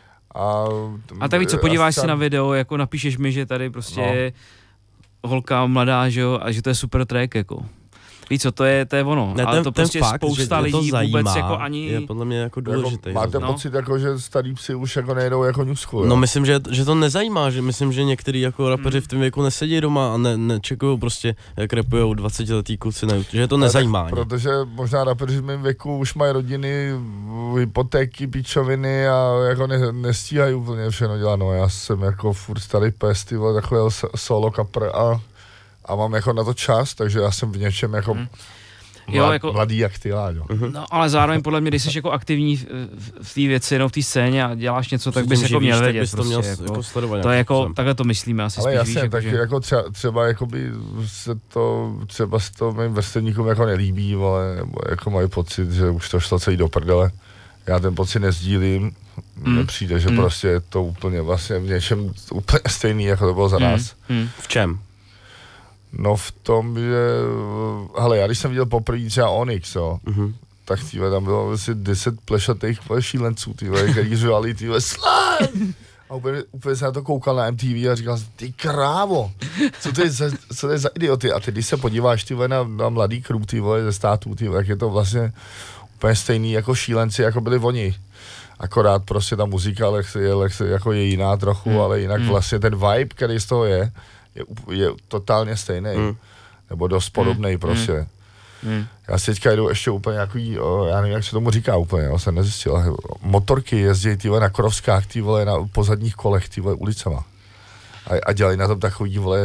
A tak víc, co podíváš si na video, jako napíšeš mi, že tady prostě je holka mladá, že jo, a že to je super track, jako. Víš co, to je ono, ne, ale to prostě fakt, spousta lidí to zajímá, vůbec jako ani... je podle mě jako důležitý. Jako, máte pocit, jako, že starý psi už jako nejedou jako New School, No myslím, že to nezajímá, že myslím, že některý jako rapeři v tom věku nesedí doma a nečekují prostě, jak rapujou 20letý kluci na YouTube, že to nezajímá. Protože možná rapeři v mém věku už mají rodiny, hypotéky, píčoviny a jako nestíhají úplně všechno dělat, no já jsem jako furt starý pes, ty vole, takový solo kapr a mám jako na to čas, takže já jsem v něčem jako, mladý jak ty, Láďo. No ale zároveň podle mě, když jsi jako aktivní v té věci, v té scéně a děláš něco, tak bys jako měl vědět. To měl jako sledovat. To je jako, takhle to myslíme asi. Ale spíš, jasně, víš, tak jako třeba jakoby se to mým vrstevníkům jako nelíbí, ale nebo jako mají pocit, že už to šlo celý do prdele. Já ten pocit nezdílím, mně přijde, že prostě je to úplně vlastně v něčem úplně stejný, jako to bylo za nás. V čem? No v tom, že, hele, já když jsem viděl poprvé třeba Onyx, tak tam bylo asi 10 plešatých šílenců, který řvali, slang! A úplně se na to koukal na MTV a říkal jsem, ty krávo, co to je za idioty? A ty, když se podíváš, na mladý crew, ze států, tak je to vlastně úplně stejný jako šílenci, jako byli oni. Akorát prostě ta muzika jako je jiná trochu, ale jinak vlastně ten vibe, který z toho je totálně stejný. nebo dost podobnej prostě. Já si teďka jdu ještě úplně nějaký, já nevím, jak se tomu říká úplně, já jsem nezjistil, motorky jezdí ty vole na krovskách, ty vole na pozadních kolech, ty vole ulicema. A dělají na tom takový vole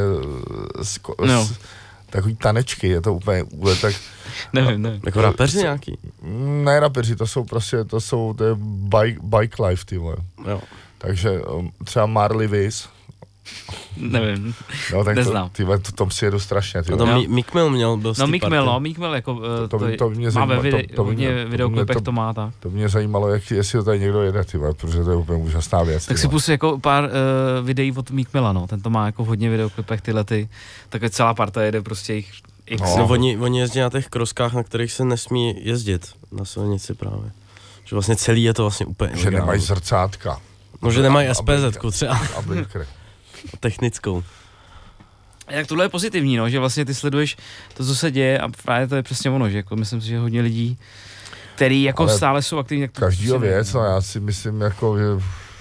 takový tanečky, je to úplně tak... Nevím. Jako rapeři nějaký? Ne rapeři, to je bike life, ty vole. Jo. Takže třeba Marley Viz. Nevím, no, tak neznám. To tom si jedu strašně, ty vole. Meek Mill měl, byl Meek Mill jako to má ve videoklipech to má tak. To mě zajímalo, jestli to tady někdo jede, ty vole, protože to je úplně úžasná věc. Tak si pustí jako pár videí od Meek Milla, no, ten to má jako hodně videoklipech tyhle také celá parta jede prostě jich x. No, oni jezdí na těch kroskách, na kterých se nesmí jezdit na silnici právě. Že vlastně celý je to vlastně úplně že nemají zrcátka. No, že nemají SPZ-ku třeba. A blinkry. Technickou. Jak tohle je pozitivní, no, že vlastně ty sleduješ to, co se děje a právě to je přesně ono, že jako myslím si, že hodně lidí, který jako ale stále jsou aktivní. Každýho věc, no já si myslím jako, že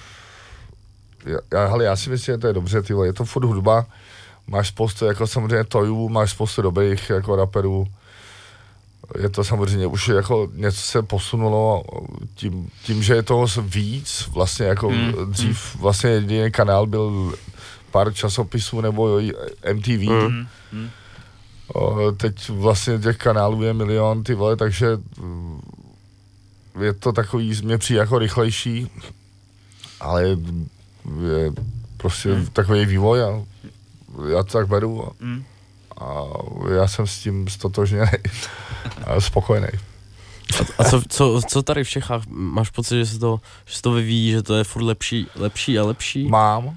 já si myslím, že to je dobře, tyhle, je to furt hudba, máš spoustu jako samozřejmě tojů, máš spoustu dobrých jako raperů, je to samozřejmě už jako něco se posunulo tím, že je toho víc, vlastně jako dřív vlastně jediný kanál byl pár časopisů nebo MTV. Teď vlastně těch kanálů je milion, ty vole, takže je to takový, mě přijde jako rychlejší, ale je prostě takový vývoj a já to tak beru a já jsem s tím stotožněný a spokojený. A co tady v Čechách? Máš pocit, že se to vyvíjí, že to je furt lepší a lepší?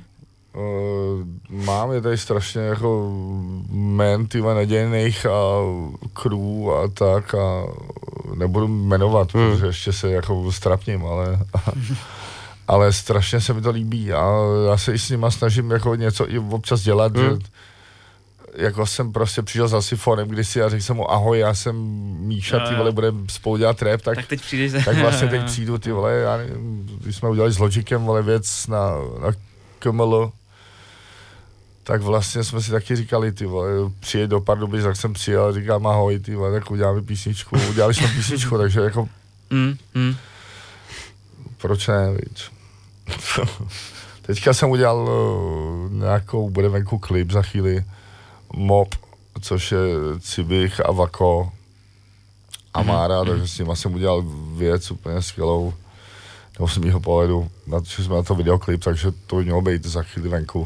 Mám, je tady strašně jako jmen tyhle nadějných a crew a tak a nebudu jmenovat, protože ještě se jako strapním, ale strašně se mi to líbí a já se i s nima snažím jako něco i občas dělat, že jako jsem prostě přišel za Sifonem kdysi a řekl jsem mu ahoj, já jsem Míša, ty vole, budeme spolu dělat rap, tak teď přijdeš. Tak vlastně teď přijdu, ty vole, já nevím, když jsme udělali s Logicem, vole, věc na KML, tak vlastně jsme si taky říkali, ty vole, přijeď do Pardubic, tak jsem přijel a říkám ahoj, ty vole, tak uděláme písničku, udělali jsme písničku, takže jako proč ne, víc. Teďka jsem udělal nějakou, bude venku klip za chvíli, Mob, což je Cibich a Vako a Mára, takže s nima jsem udělal věc úplně skvělou, nebo z mýho pohledu, že jsme na to videoklip, takže to by mělo být za chvíli venku.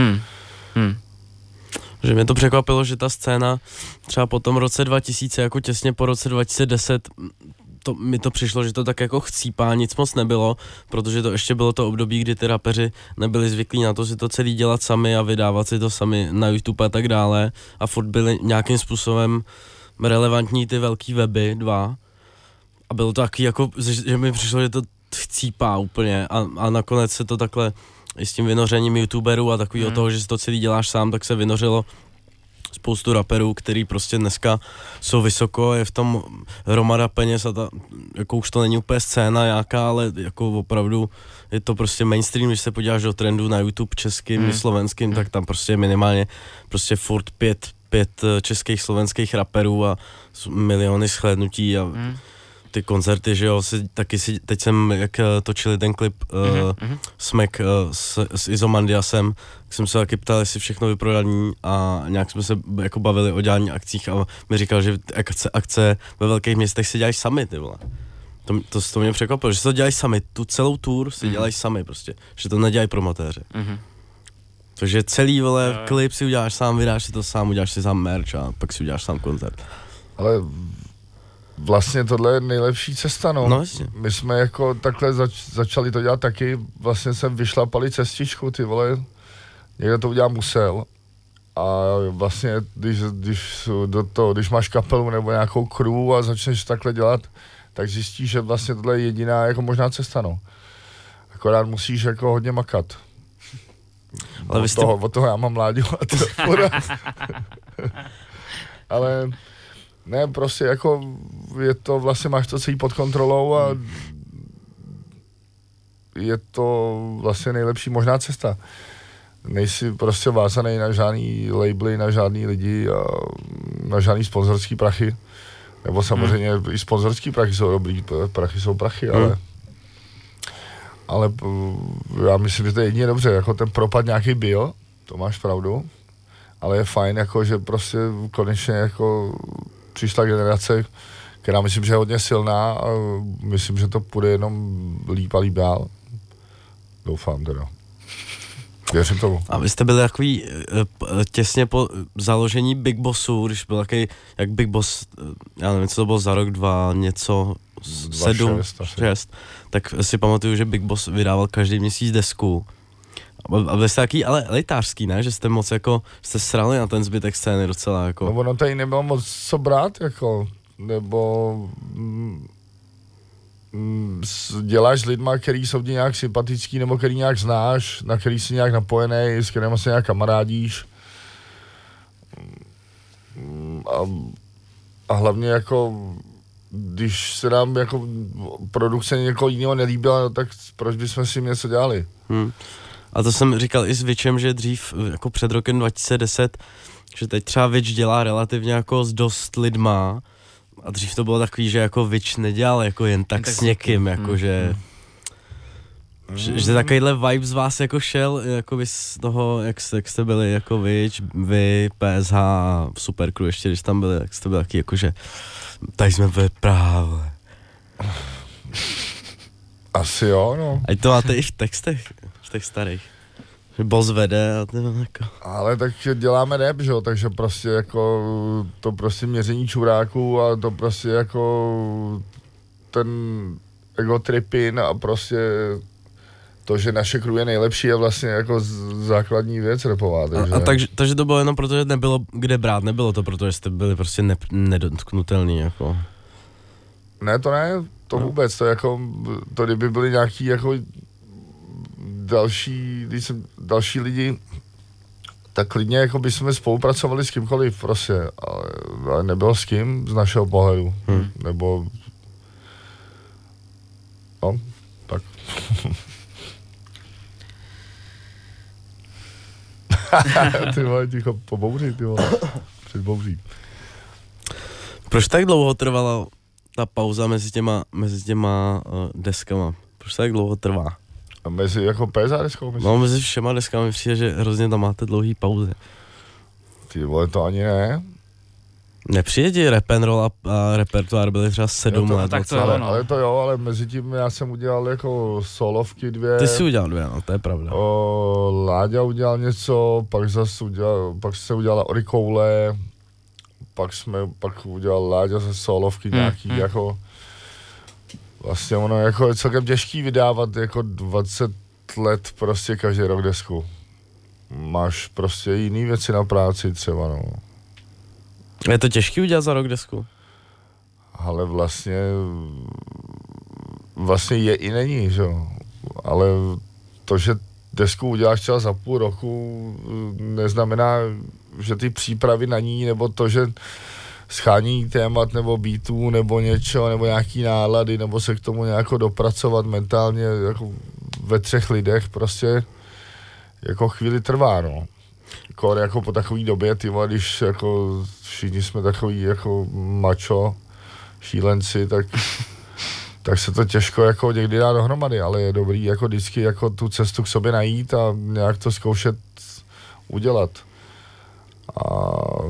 Že mě to překvapilo, že ta scéna třeba po tom roce 2000, jako těsně po roce 2010, mi to přišlo, že to tak jako chcípá, nic moc nebylo, protože to ještě bylo to období, kdy ty rapeři nebyli zvyklí na to si to celý dělat sami a vydávat si to sami na YouTube a tak dále a furt byly nějakým způsobem relevantní ty velký weby, 2 a bylo to taky jako, že mi přišlo, že to chcípá úplně a nakonec se to takhle i s tím vynořením youtuberů a takového toho, že si to celý děláš sám, tak se vynořilo spoustu raperů, který prostě dneska jsou vysoko, je v tom hromada peněz a jako už to není úplně scéna nějaká, ale jako opravdu je to prostě mainstream, když se podíváš do trendu na YouTube českým i slovenským, tak tam prostě minimálně prostě furt pět českých slovenských raperů a miliony shlédnutí a ty koncerty, že jo, teď jsem, jak točili ten klip Smek s Izomandiasem, tak jsem se taky ptal, jestli všechno vyprodaný a nějak jsme se jako bavili o dělání akcích a mi říkal, že akce ve velkých městech si dělají sami, ty vole. To mě překvapilo, že si to dělají sami, tu celou tour si dělají sami prostě, že to nedělají promotéři. Takže celý, vole, klip si uděláš sám, vydáš si to sám, uděláš si sám merch a pak si uděláš sám koncert. Ale vlastně tohle je nejlepší cesta, no. My jsme jako takhle začali to dělat taky, vlastně jsem vyšlapali cestičku, ty vole, někdo to udělat musel a vlastně, když máš kapelu nebo nějakou crew a začneš takhle dělat, tak zjistíš, že vlastně tohle je jediná jako možná cesta, no. Akorát musíš jako hodně makat. Ale od toho já mám Láďu a to ale ne, prostě jako je to vlastně, máš to celý pod kontrolou a je to vlastně nejlepší možná cesta. Nejsi prostě vázaný na žádný labely, na žádný lidi a na žádný sponzorský prachy, nebo samozřejmě i sponzorský prachy jsou dobrý, prachy jsou prachy, ale já myslím, že to je jedině dobře, jako ten propad nějaký byl, to máš pravdu, ale je fajn, jako, že prostě konečně jako přišla generace, která myslím, že je hodně silná a myslím, že to půjde jenom líp a líp dál. Doufám teda. Věřím tomu. A vy jste byli takový těsně po založení Big Bossu, když byl takový, jak Big Boss, já nevím, co to bylo za rok, 2, něco, 7, 6, tak si pamatuju, že Big Boss vydával každý měsíc desku. A byli jste takový, ale elitářský, ne? Že jste moc jako, jste srali na ten zbytek scény docela jako. No ono tady nebylo moc co brát, jako, nebo děláš s lidma, který jsou ti nějak sympatický, nebo který nějak znáš, na který jsi nějak napojený, s kterým se nějak kamarádíš. A hlavně jako, když se nám jako produkce někoho jiného nelíbila, tak proč bychom si něco dělali? A to jsem říkal i s Vičem, že dřív, jako před rokem 2010, že teď třeba Vič dělá relativně jako s dost lidma, a dřív to bylo takový, že jako Vič nedělal jako jen tak s někým, jako že takovýhle vibe z vás jako šel, jako by z toho, jak jste byli jako Vič, vy, PSH, Supercrew ještě, když tam byli, tak jste byli taky jako, že tady jsme byli právě. Asi jo, no. A to máte i v textech, v těch starých. Že boss vede a to jako. Ale tak děláme rap, že jo, takže prostě jako to prostě měření čuráků a to prostě jako ten ego trippin a prostě to, že naše crew je nejlepší, je vlastně jako základní věc rapová. Takže to bylo jenom proto, že nebylo kde brát, nebylo to proto, že jste byli prostě nedotknutelní jako. Ne, to vůbec, to jako, to kdyby byli nějaký jako další lidi, tak klidně jako by jsme spolupracovali s kýmkoliv prostě, ale nebylo s kým z našeho pohledu, nebo no, tak. Ty vole, ticho po bouři, ty vole, před bouří. Proč tak dlouho trvala ta pauza mezi těma deskama? Proč tak dlouho trvá? A mezi jako PSA deskou? Myslím? No mezi všema deskami přijde, že hrozně tam máte dlouhý pauzy. Ty vole, to ani ne. Nepřijde ti rap and roll a repertoár byly třeba 7 let. Tak to jo, no. Ale to jo, ale mezi tím já jsem udělal jako solovky 2. Ty jsi udělal 2, no, to je pravda. Láďa udělal něco, pak se udělala Orikoule, pak udělal Láďa ze solovky nějaký jako. Vlastně ono jako je celkem těžký vydávat jako 20 let prostě každý rok desku. Máš prostě jiný věci na práci třeba, no. Je to těžký udělat za rok desku? Ale vlastně je i není, že jo. Ale to, že desku uděláš třeba za půl roku, neznamená, že ty přípravy na ní, nebo to, že schání témat nebo beatů nebo něčeho, nebo nějaký nálady, nebo se k tomu nějak dopracovat mentálně jako ve 3 lidech prostě jako chvíli trvá, no. Jako po takové době, ty vole, když jako všichni jsme takový jako macho šílenci, tak se to těžko jako někdy dá dohromady, ale je dobrý jako vždycky jako tu cestu k sobě najít a nějak to zkoušet udělat. A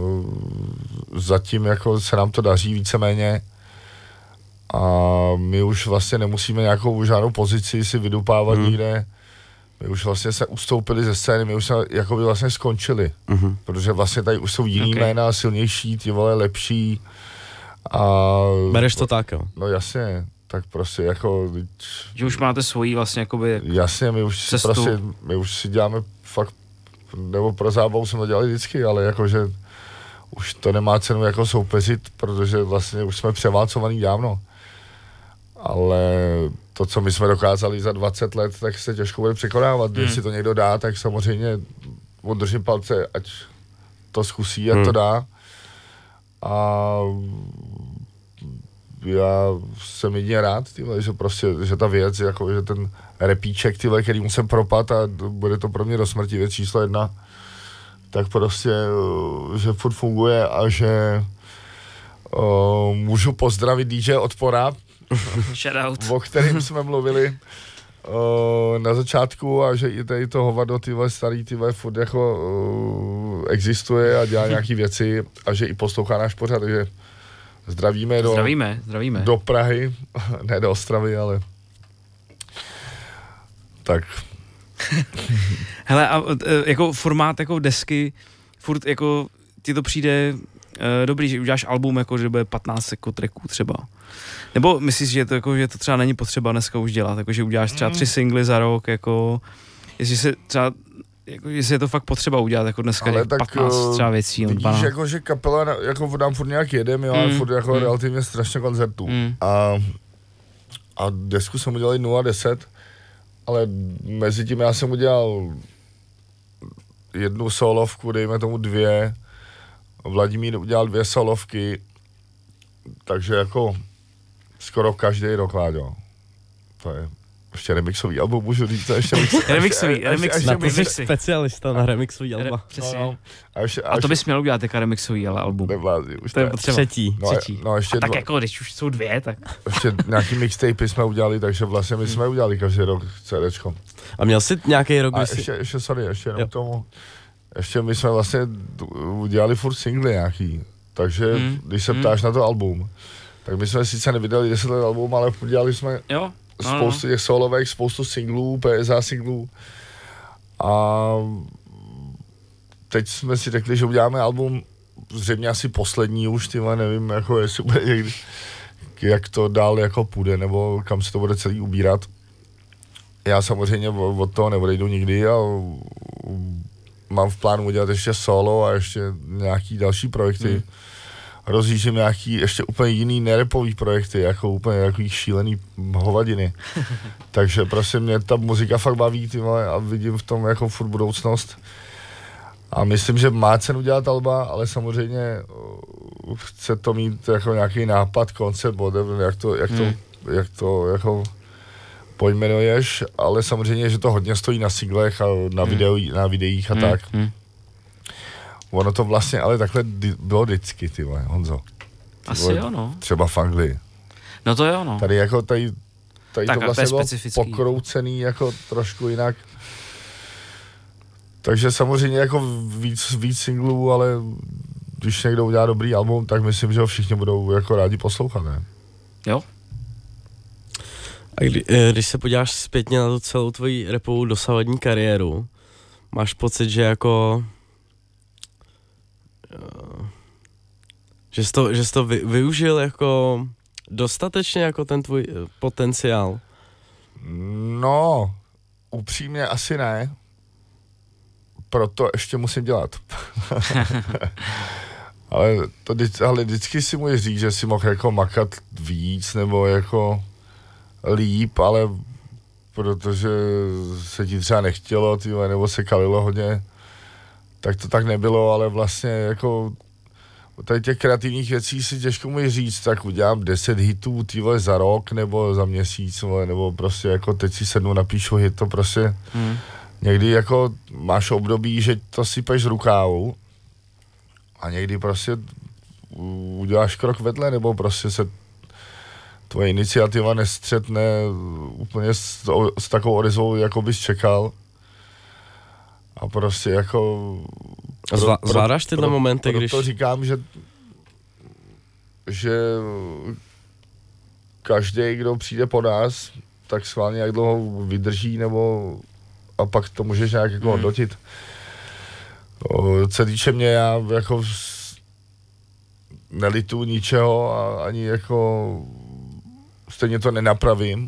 zatím jako se nám to daří víceméně a my už vlastně nemusíme nějakou žádnou pozici si vydupávat nikde. My už vlastně se ustoupili ze scény, my už jsme jako by vlastně skončili, protože vlastně tady už jsou jiný jména, silnější, ty vole, lepší a... Bereš to tak, jo? No jasně, tak prostě jako... Že už máte svojí vlastně jakoby... Jasně, my už si děláme fakt, nebo pro zábavu jsme to dělali vždycky, ale jakože už to nemá cenu jako soupeřit, protože vlastně už jsme převálcovaný dávno. Ale to, co my jsme dokázali za 20 let, tak se těžko bude překonávat. Když si to někdo dá, tak samozřejmě održím palce, ať to zkusí, ať to dá. A já jsem jedině rád, tyhle, že prostě, že ta věc, jako, že ten repíček, tyhle, který musím propat a bude to pro mě do smrti věc číslo 1, tak prostě, že furt funguje a že můžu pozdravit DJ Odpora, o kterým jsme mluvili na začátku a že i tady to hovado starý furt jako existuje a dělá nějaký věci a že i poslouchá náš pořad, takže zdravíme do Prahy, ne do Ostravy, ale tak. Hele, a jako formát jako desky, furt jako ti to přijde dobrý, že uděláš album, jako že bude 15 jako tracků třeba. Nebo myslíš, že to, jako, že to třeba není potřeba dneska už dělat, jako že uděláš třeba 3 singly za rok, jako jestli se třeba jako, jestli je to fakt potřeba udělat jako dneska 15 třeba věcí. Vidíš, jako, že kapela, jako nám furt nějak jedem, jo, ale furt jako relativně strašně koncertů. A desku jsem udělal 0-10, ale mezi tím já jsem udělal 1 solovku, dejme tomu 2, Vladimír udělal 2 solovky, takže jako skoro každý rok, Láďo. To je ještě remixový album, můžu říct, to ještě remixový. Specialista na remixový alba. Přesně. A to bys měl udělat jako remixový album. Nevlází, už to je potřeba. Třetí. No, ještě a tak jako, když už jsou 2, tak... Ještě nějaký mixtapy jsme udělali, takže vlastně my jsme udělali každý rok CDčko. A měl jsi nějaký rok, kdy jsi... ještě jenom tomu. Ještě my jsme vlastně udělali furt singly nějaký, takže když se ptáš na to album, tak my jsme sice nevydali 10 let album, ale udělali jsme spoustu těch solovek, spoustu singlů, PSA singlů a teď jsme si řekli, že uděláme album, zřejmě asi poslední už, tyhle, nevím, jako jestli bude někdy, jak to dál jako půjde, nebo kam se to bude celý ubírat. Já samozřejmě od toho neodejdu nikdy a mám v plánu udělat ještě solo a ještě nějaký další projekty. Rozjíždím nějaký ještě úplně jiný nerepový projekty, jako úplně takový šílený hovadiny. Takže prostě mě ta muzika fakt baví, tyhle, a vidím v tom jako furt budoucnost. A myslím, že má cenu dělat alba, ale samozřejmě chce to mít jako nějaký nápad, koncept, jak to jako pojmenuješ, ale samozřejmě, že to hodně stojí na singlech a na videích a tak. Ono to vlastně ale takhle bylo vždycky, ty vole, Honzo. Asi jo, no. Třeba v Anglii. No to jo, no. Tady jako, tady tak, to vlastně bylo pokroucený jako trošku jinak. Takže samozřejmě jako víc singlů, ale když někdo udělá dobrý album, tak myslím, že ho všichni budou jako rádi poslouchat, ne? Jo. A když se podíváš zpětně na tu celou tvoji rapovou dosavadní kariéru, máš pocit, že jako... že jsi to využil jako dostatečně jako ten tvůj potenciál? No, upřímně asi ne. Proto ještě musím dělat. ale vždycky si můžeš říct, že si mohl jako makat víc nebo jako líp, ale protože se ti třeba nechtělo, nebo se kalilo hodně, tak to tak nebylo, ale vlastně jako tady těch kreativních věcí si těžko můžeš říct, tak udělám 10 hitů za rok nebo za měsíc, nebo prostě jako teď si sednu, napíšu hit, to prostě někdy jako máš období, že to sypeš z rukávu a někdy prostě uděláš krok vedle, nebo prostě se tvoje iniciativa nestřetne úplně s takovou odezvou, jako bys čekal. A prostě jako... Zvládáš tyhle momenty, když... Proto říkám, že každý, kdo přijde po nás, tak schválně jak dlouho vydrží, nebo a pak to můžeš nějak jako hodnotit. Co týče mě, já jako nelitu ničeho a ani jako stejně to nenapravím.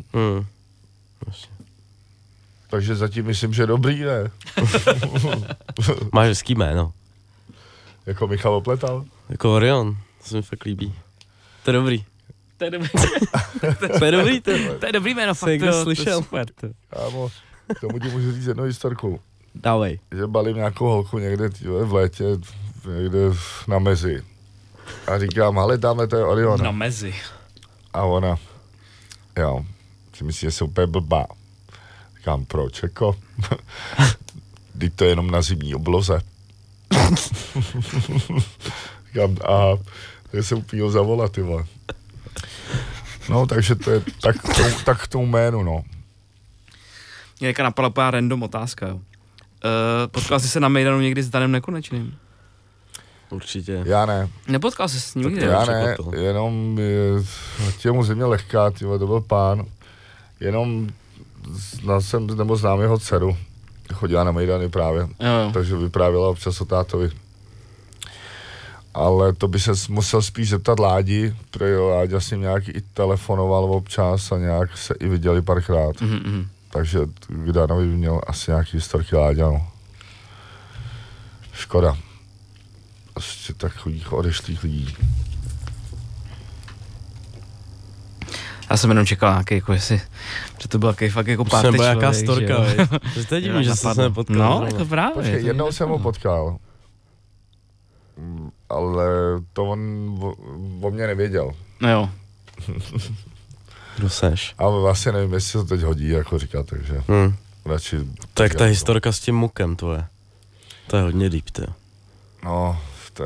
Takže zatím myslím, že dobrý, ne? Máš hezký jméno. Jako Michal Opletal? Jako Orion, to se mi fakt líbí. To je dobrý. To je dobrý. To je dobrý jméno, fakt to slyšel. Kámo, k tomu ti můžu říct jednu historku. Dávej. Že balím nějakou holku někde v létě, někde na mezi. A říkám, ale tamhle to je Oriona. Na mezi. A ona, jo, si myslí, že jsem úplně blbá. Říkám, proč, jako? Teď to je jenom na zimní obloze. Říkám, aha, to se upíl zavolat, ty vole. No, takže to je tak k tomu jménu, no. Mě jaká napadla pár random otázka, jo. Potkal jsi se na Mejdanu někdy s Danem Nekonečným? Určitě. Já ne. Nepotkal jsi s ním nikdy? Já ne, jenom těmu země lehká, tyhle, to byl pán. Jenom znám jeho dceru. Chodila na Mejdany právě, Jo. takže vyprávěla občas o tátovi. Ale to by se musel spíš zeptat Ládi, protože Láďa s ním nějak i telefonoval občas a nějak se i viděli párkrát. Mm-hmm. Takže k Danovi by měl asi nějaký historky Láďa, no. Škoda. Prostě takových odešlých lidí. Já jsem jenom čekal nějaký, jako jestli, že to byl takový fakt jako party člověk, jaká storka, že veď. To je divný, že jsi se nepotkal. No, to právě. Počkej, jednou jsem ho potkal. Ale to on o mě nevěděl. No jo. Kdo seš? A vlastně nevím, jestli se to teď hodí, jako říkat, takže radši... Tak ta historka s tím mukem tvoje. To je hodně deep, ty. No, to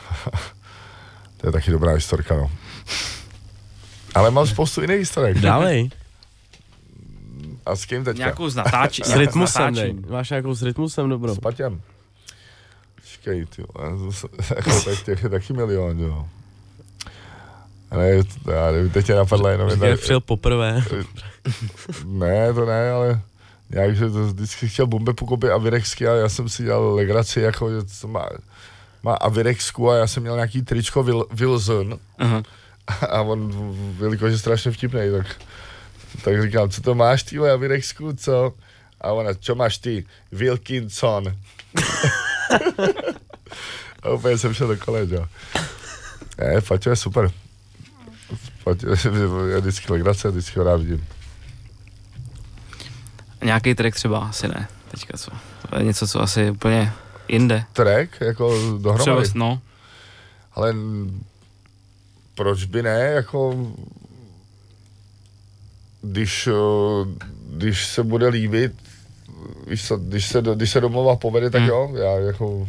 je taky dobrá historka, no. Ale mám spoustu jiných historek. Dávej. A s kým teďka? Nějakou z natáčí. S rytmusem, dej. Máš nějakou s rytmusem dobrou? S Paťem. Počkej, ty těch je taky milion, jo. Ne, já nevím, teď tě napadla jenom jedna... Jak přijel poprvé. Ne, to ne, ale nějak, že to vždycky chtěl Bumbepu koupit Avirexky a já jsem si dělal legraci, jako, že to má Avirexku a já jsem měl nějaký tričko Wilson. Uh-huh. A on, jelikož je strašně vtipnej, tak říkám, co to máš, týhle Avirexku, co? A ona, čo máš ty? Wilkinson. A úplně jsem šel do college, jo. Ne, Paťo je super. Paťo je vždycky legrace, vždycky ho rád vidím. Nějaký track třeba asi ne, teďka co? To je něco, co asi úplně jinde. Track, jako dohromady? Třeba, no. Ale proč by ne, jako když se bude líbit, když se domluva povede, tak jo, já jako,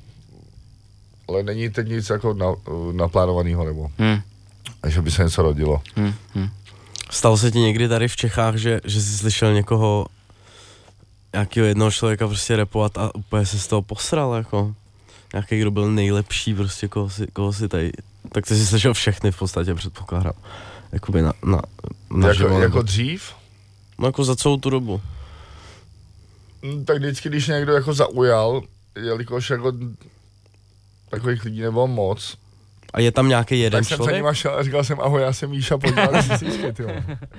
ale není teď nic jako naplánovaného, nebo že by se něco rodilo. Stalo se ti někdy tady v Čechách, že jsi slyšel někoho, nějakého jednoho člověka prostě rapovat a úplně se z toho posral, jako nějaký, kdo byl nejlepší, prostě koho si tady, tak ty jsi slyšel všechny v podstatě, předpokládám, jakoby jako dřív? No jako za celou tu dobu. Tak vždycky, když někdo jako zaujal, jelikož jako takových lidí nebylo moc. A je tam nějaký jeden člověk? Tak jsem za nima šel a říkal jsem, ahoj, já jsem Míša, podíval si síčky, tyjo.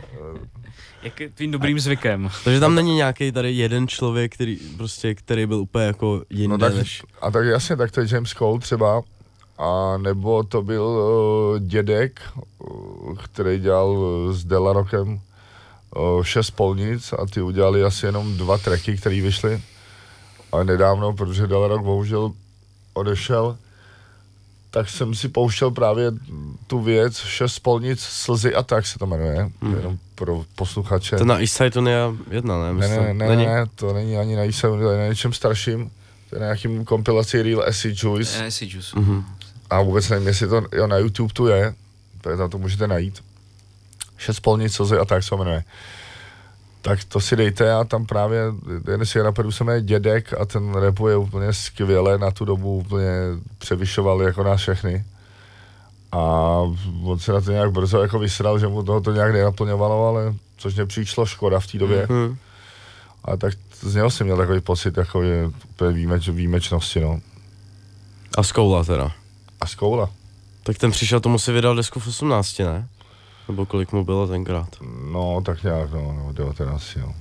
Jak je tvým dobrým zvykem. Takže tam není nějaký tady jeden člověk, který byl úplně jako jinde, no tak, než... A tak jasně, tak to je James Cole třeba, a nebo to byl dědek, který dělal s Delarokem 6 polnic a ty udělali asi jenom 2 tracky, které vyšly. A nedávno, protože Delarok bohužel odešel, tak jsem si pouštěl právě tu věc 6 polnic, slzy a tak se to jmenuje, jenom pro posluchače. To na Eastside to je 1, ne? Ne, to není ani na Eastside, to je na něčem starším, to je na nějakým kompilaci Real Acid Juice. Acid Juice. A vůbec nevím, jestli to na YouTube tu je, tam to můžete najít. 6 polnic, slzy a tak se jmenuje. Tak to si dejte a tam právě jeden si raperů se jmenuje Dědek a ten rapuje úplně skvěle, na tu dobu úplně převyšoval jako nás všechny. A on se na to nějak brzo jako vysral, že mu toho to nějak nenaplňovalo, ale což mě přišlo škoda v té době. A tak z něho jsem měl takový pocit, jako je úplně výjimečnosti, no. A Skoula teda. A Skoula. Tak ten přišel, tomu si vydal desku v 18, ne? Nebo kolik mu bylo tenkrát? No, tak nějak, no 19, no.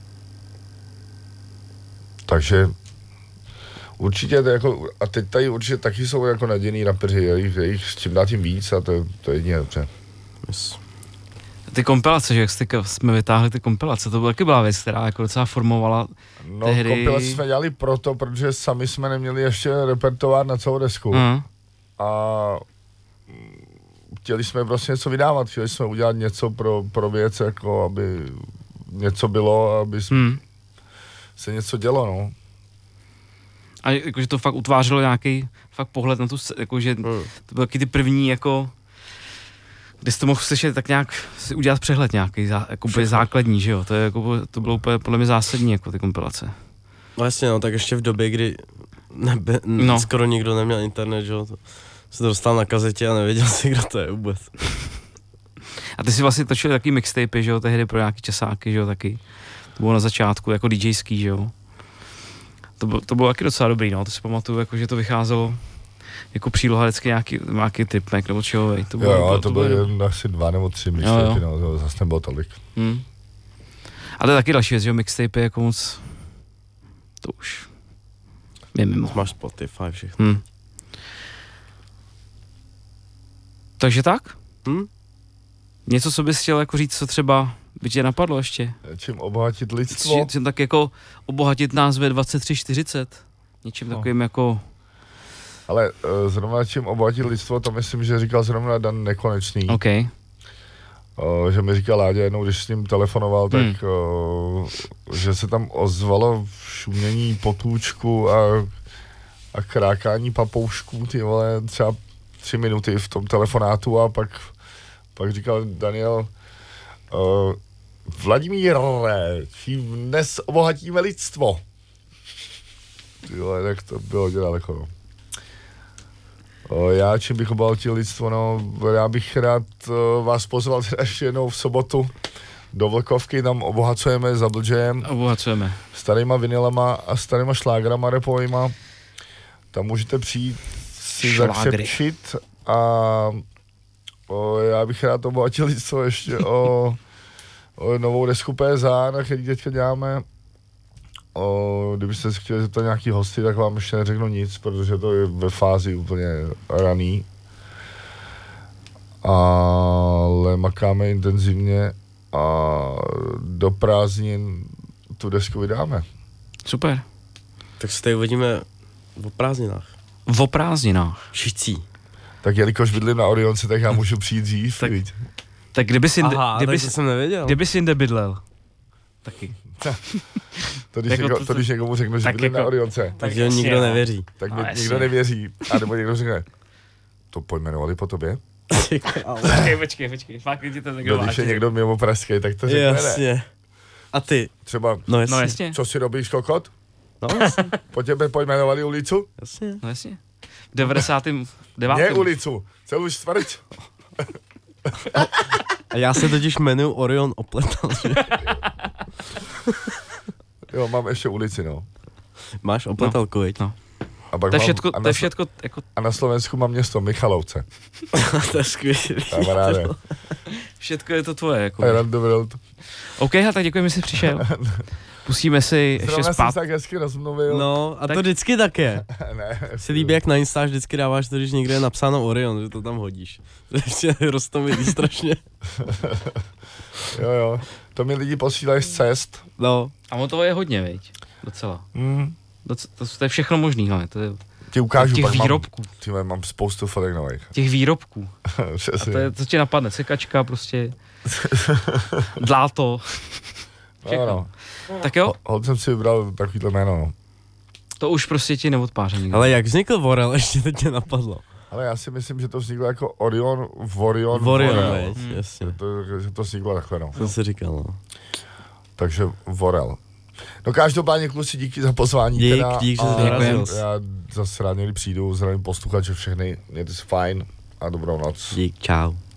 Takže určitě to jako, a teď tady určitě taky jsou jako nadějný rapeři, je jich s čím dát tím víc a to je jedině dobře. Yes. Ty kompilace, že jak jsme vytáhli ty kompilace, to taky byla věc, která jako docela formovala tehdy. No, kompilace jsme dělali protože sami jsme neměli ještě repertoár na celou desku. A chtěli jsme prostě něco vydávat, chtěli jsme udělat něco pro věc, jako aby něco bylo, aby se něco dělo, no. A jakože to fakt utvářelo nějaký fakt pohled na tu, jakože to byly taky ty první jako, kde jsi to mohl slyšet tak nějak si udělat přehled nějaký, jako základní, že jo, to bylo úplně podle mě zásadní jako ty kompilace. Vlastně no, tak ještě v době, kdy skoro nikdo neměl internet, že jo, se to dostal na kazetě a nevěděl si, kdo to je vůbec. A ty si vlastně točil taky mixtapy, že jo, tehdy pro nějaký časáky, že jo, taky. To bylo na začátku, jako DJský, že jo. To bylo taky docela dobrý, no, to si pamatuju, jako, že to vycházelo jako příloha vždycky nějaký tripnek nebo čeho, to bylo. To bylo asi 2 nebo 3 mixtapy, no, to zase nebylo tolik. A to je taky další věc, že jo, mixtapy jako moc, to už je mimo. Máš Spotify, všechno. Takže tak? Něco, co bys chtěl jako říct, co třeba by tě napadlo ještě? Čím obohatit lidstvo? Čím tak jako obohatit nás ve 2340? Něčím takovým jako... Ale zrovna čím obohatit lidstvo, to myslím, že říkal zrovna Dan Nekonečný. OK. Že mi říkal Láďa jednou, když s ním telefonoval, tak že se tam ozvalo šumění potůčku a krákání papoušků, ty vole, třeba 3 minuty v tom telefonátu a pak říkal Daniel, Vladimíre, čím dnes obohatíme lidstvo. Ty vole, tak to bylo hodně daleko, no. Já čím bych obohatil lidstvo, no, já bych rád vás pozval ještě jednou v sobotu do Vlkovky, tam obohacujeme za Bludgejem. Obohacujeme. Starýma vinylama a starýma šlágrama repovýma. Tam můžete přijít si zakřepčit a já bych rád obohatil lidstvo ještě o novou desku PSA, na který teďka děláme. Kdybyste se chtěli zeptat nějaký hosty, tak vám ještě neřeknu nic, protože to je ve fázi úplně raný. Ale makáme intenzivně a do prázdnin tu desku vydáme. Super. Tak se tady uvidíme o prázdninách. O prázdninách. Šicí. Tak jelikož bydlím na Orionce, tak já můžu přijít dřív. Tak kdyby jsi jsem nevěděl. Kdyby jsi jinde bydlel. Taky. To když někomu řeknu, že bydlím na Orionce. Takže nikdo nevěří. Tak mi nikdo nevěří. A nebo někdo řekne, to pojmenovali po tobě? Počkej. Fakt ti to někdo když je někdo mimo pražský, tak to řekne jasně. A ty? Třeba, no jasně. Co si robíš, kokot? No jasně. Po těbe pojmenovali ulicu? Jasně. No jasně. V 99. Ne ulicu, celou čtvrť. A já se totiž jmenuji Orion Opletal, že? Jo, mám ještě ulici, no. Máš Opletalku, viď? No. A pak to je všetko jako... A na Slovensku mám město Michalovce. To je skvělý. Kamaráde. Všetko je to tvoje, jako. Around the world. OK, tak děkuji, že jsi přišel. Pustíme si ještě spát. Zrovna jsem tak hezky rozmluvil. No, a tak... to vždycky tak je. Ne. Se líbí, jak na Insta vždycky dáváš to, když někde je napsáno Orion, že to tam hodíš. To ještě roztomilý strašně. Jo. To mi lidi posílají z cest. No. A on toho je hodně, viď? Docela. To je všechno možný, ale to je... Ti ukážu, těch výrobků. Mám spoustu fotek nových. Těch výrobků. A to je, co ti napadne, sekačka prostě. Dláto. No. Tak jo. Hodně jsem si vybral takovýhle jméno, no. To už prostě ti neodpáře nikdo. Ale jak vznikl Vorel, ještě to tě napadlo. Ale já si myslím, že to vzniklo jako Orion, Vorion, jasně. Že to vzniklo takhle, no. To si říkal, no. Takže Vorel. No každopádně, kluci, díky za pozvání. Dík, že jsi dorazil. Já zase rád někdy přijdu, zdravím posluchače všechny, mějte se fajn a dobrou noc. Dík, čau.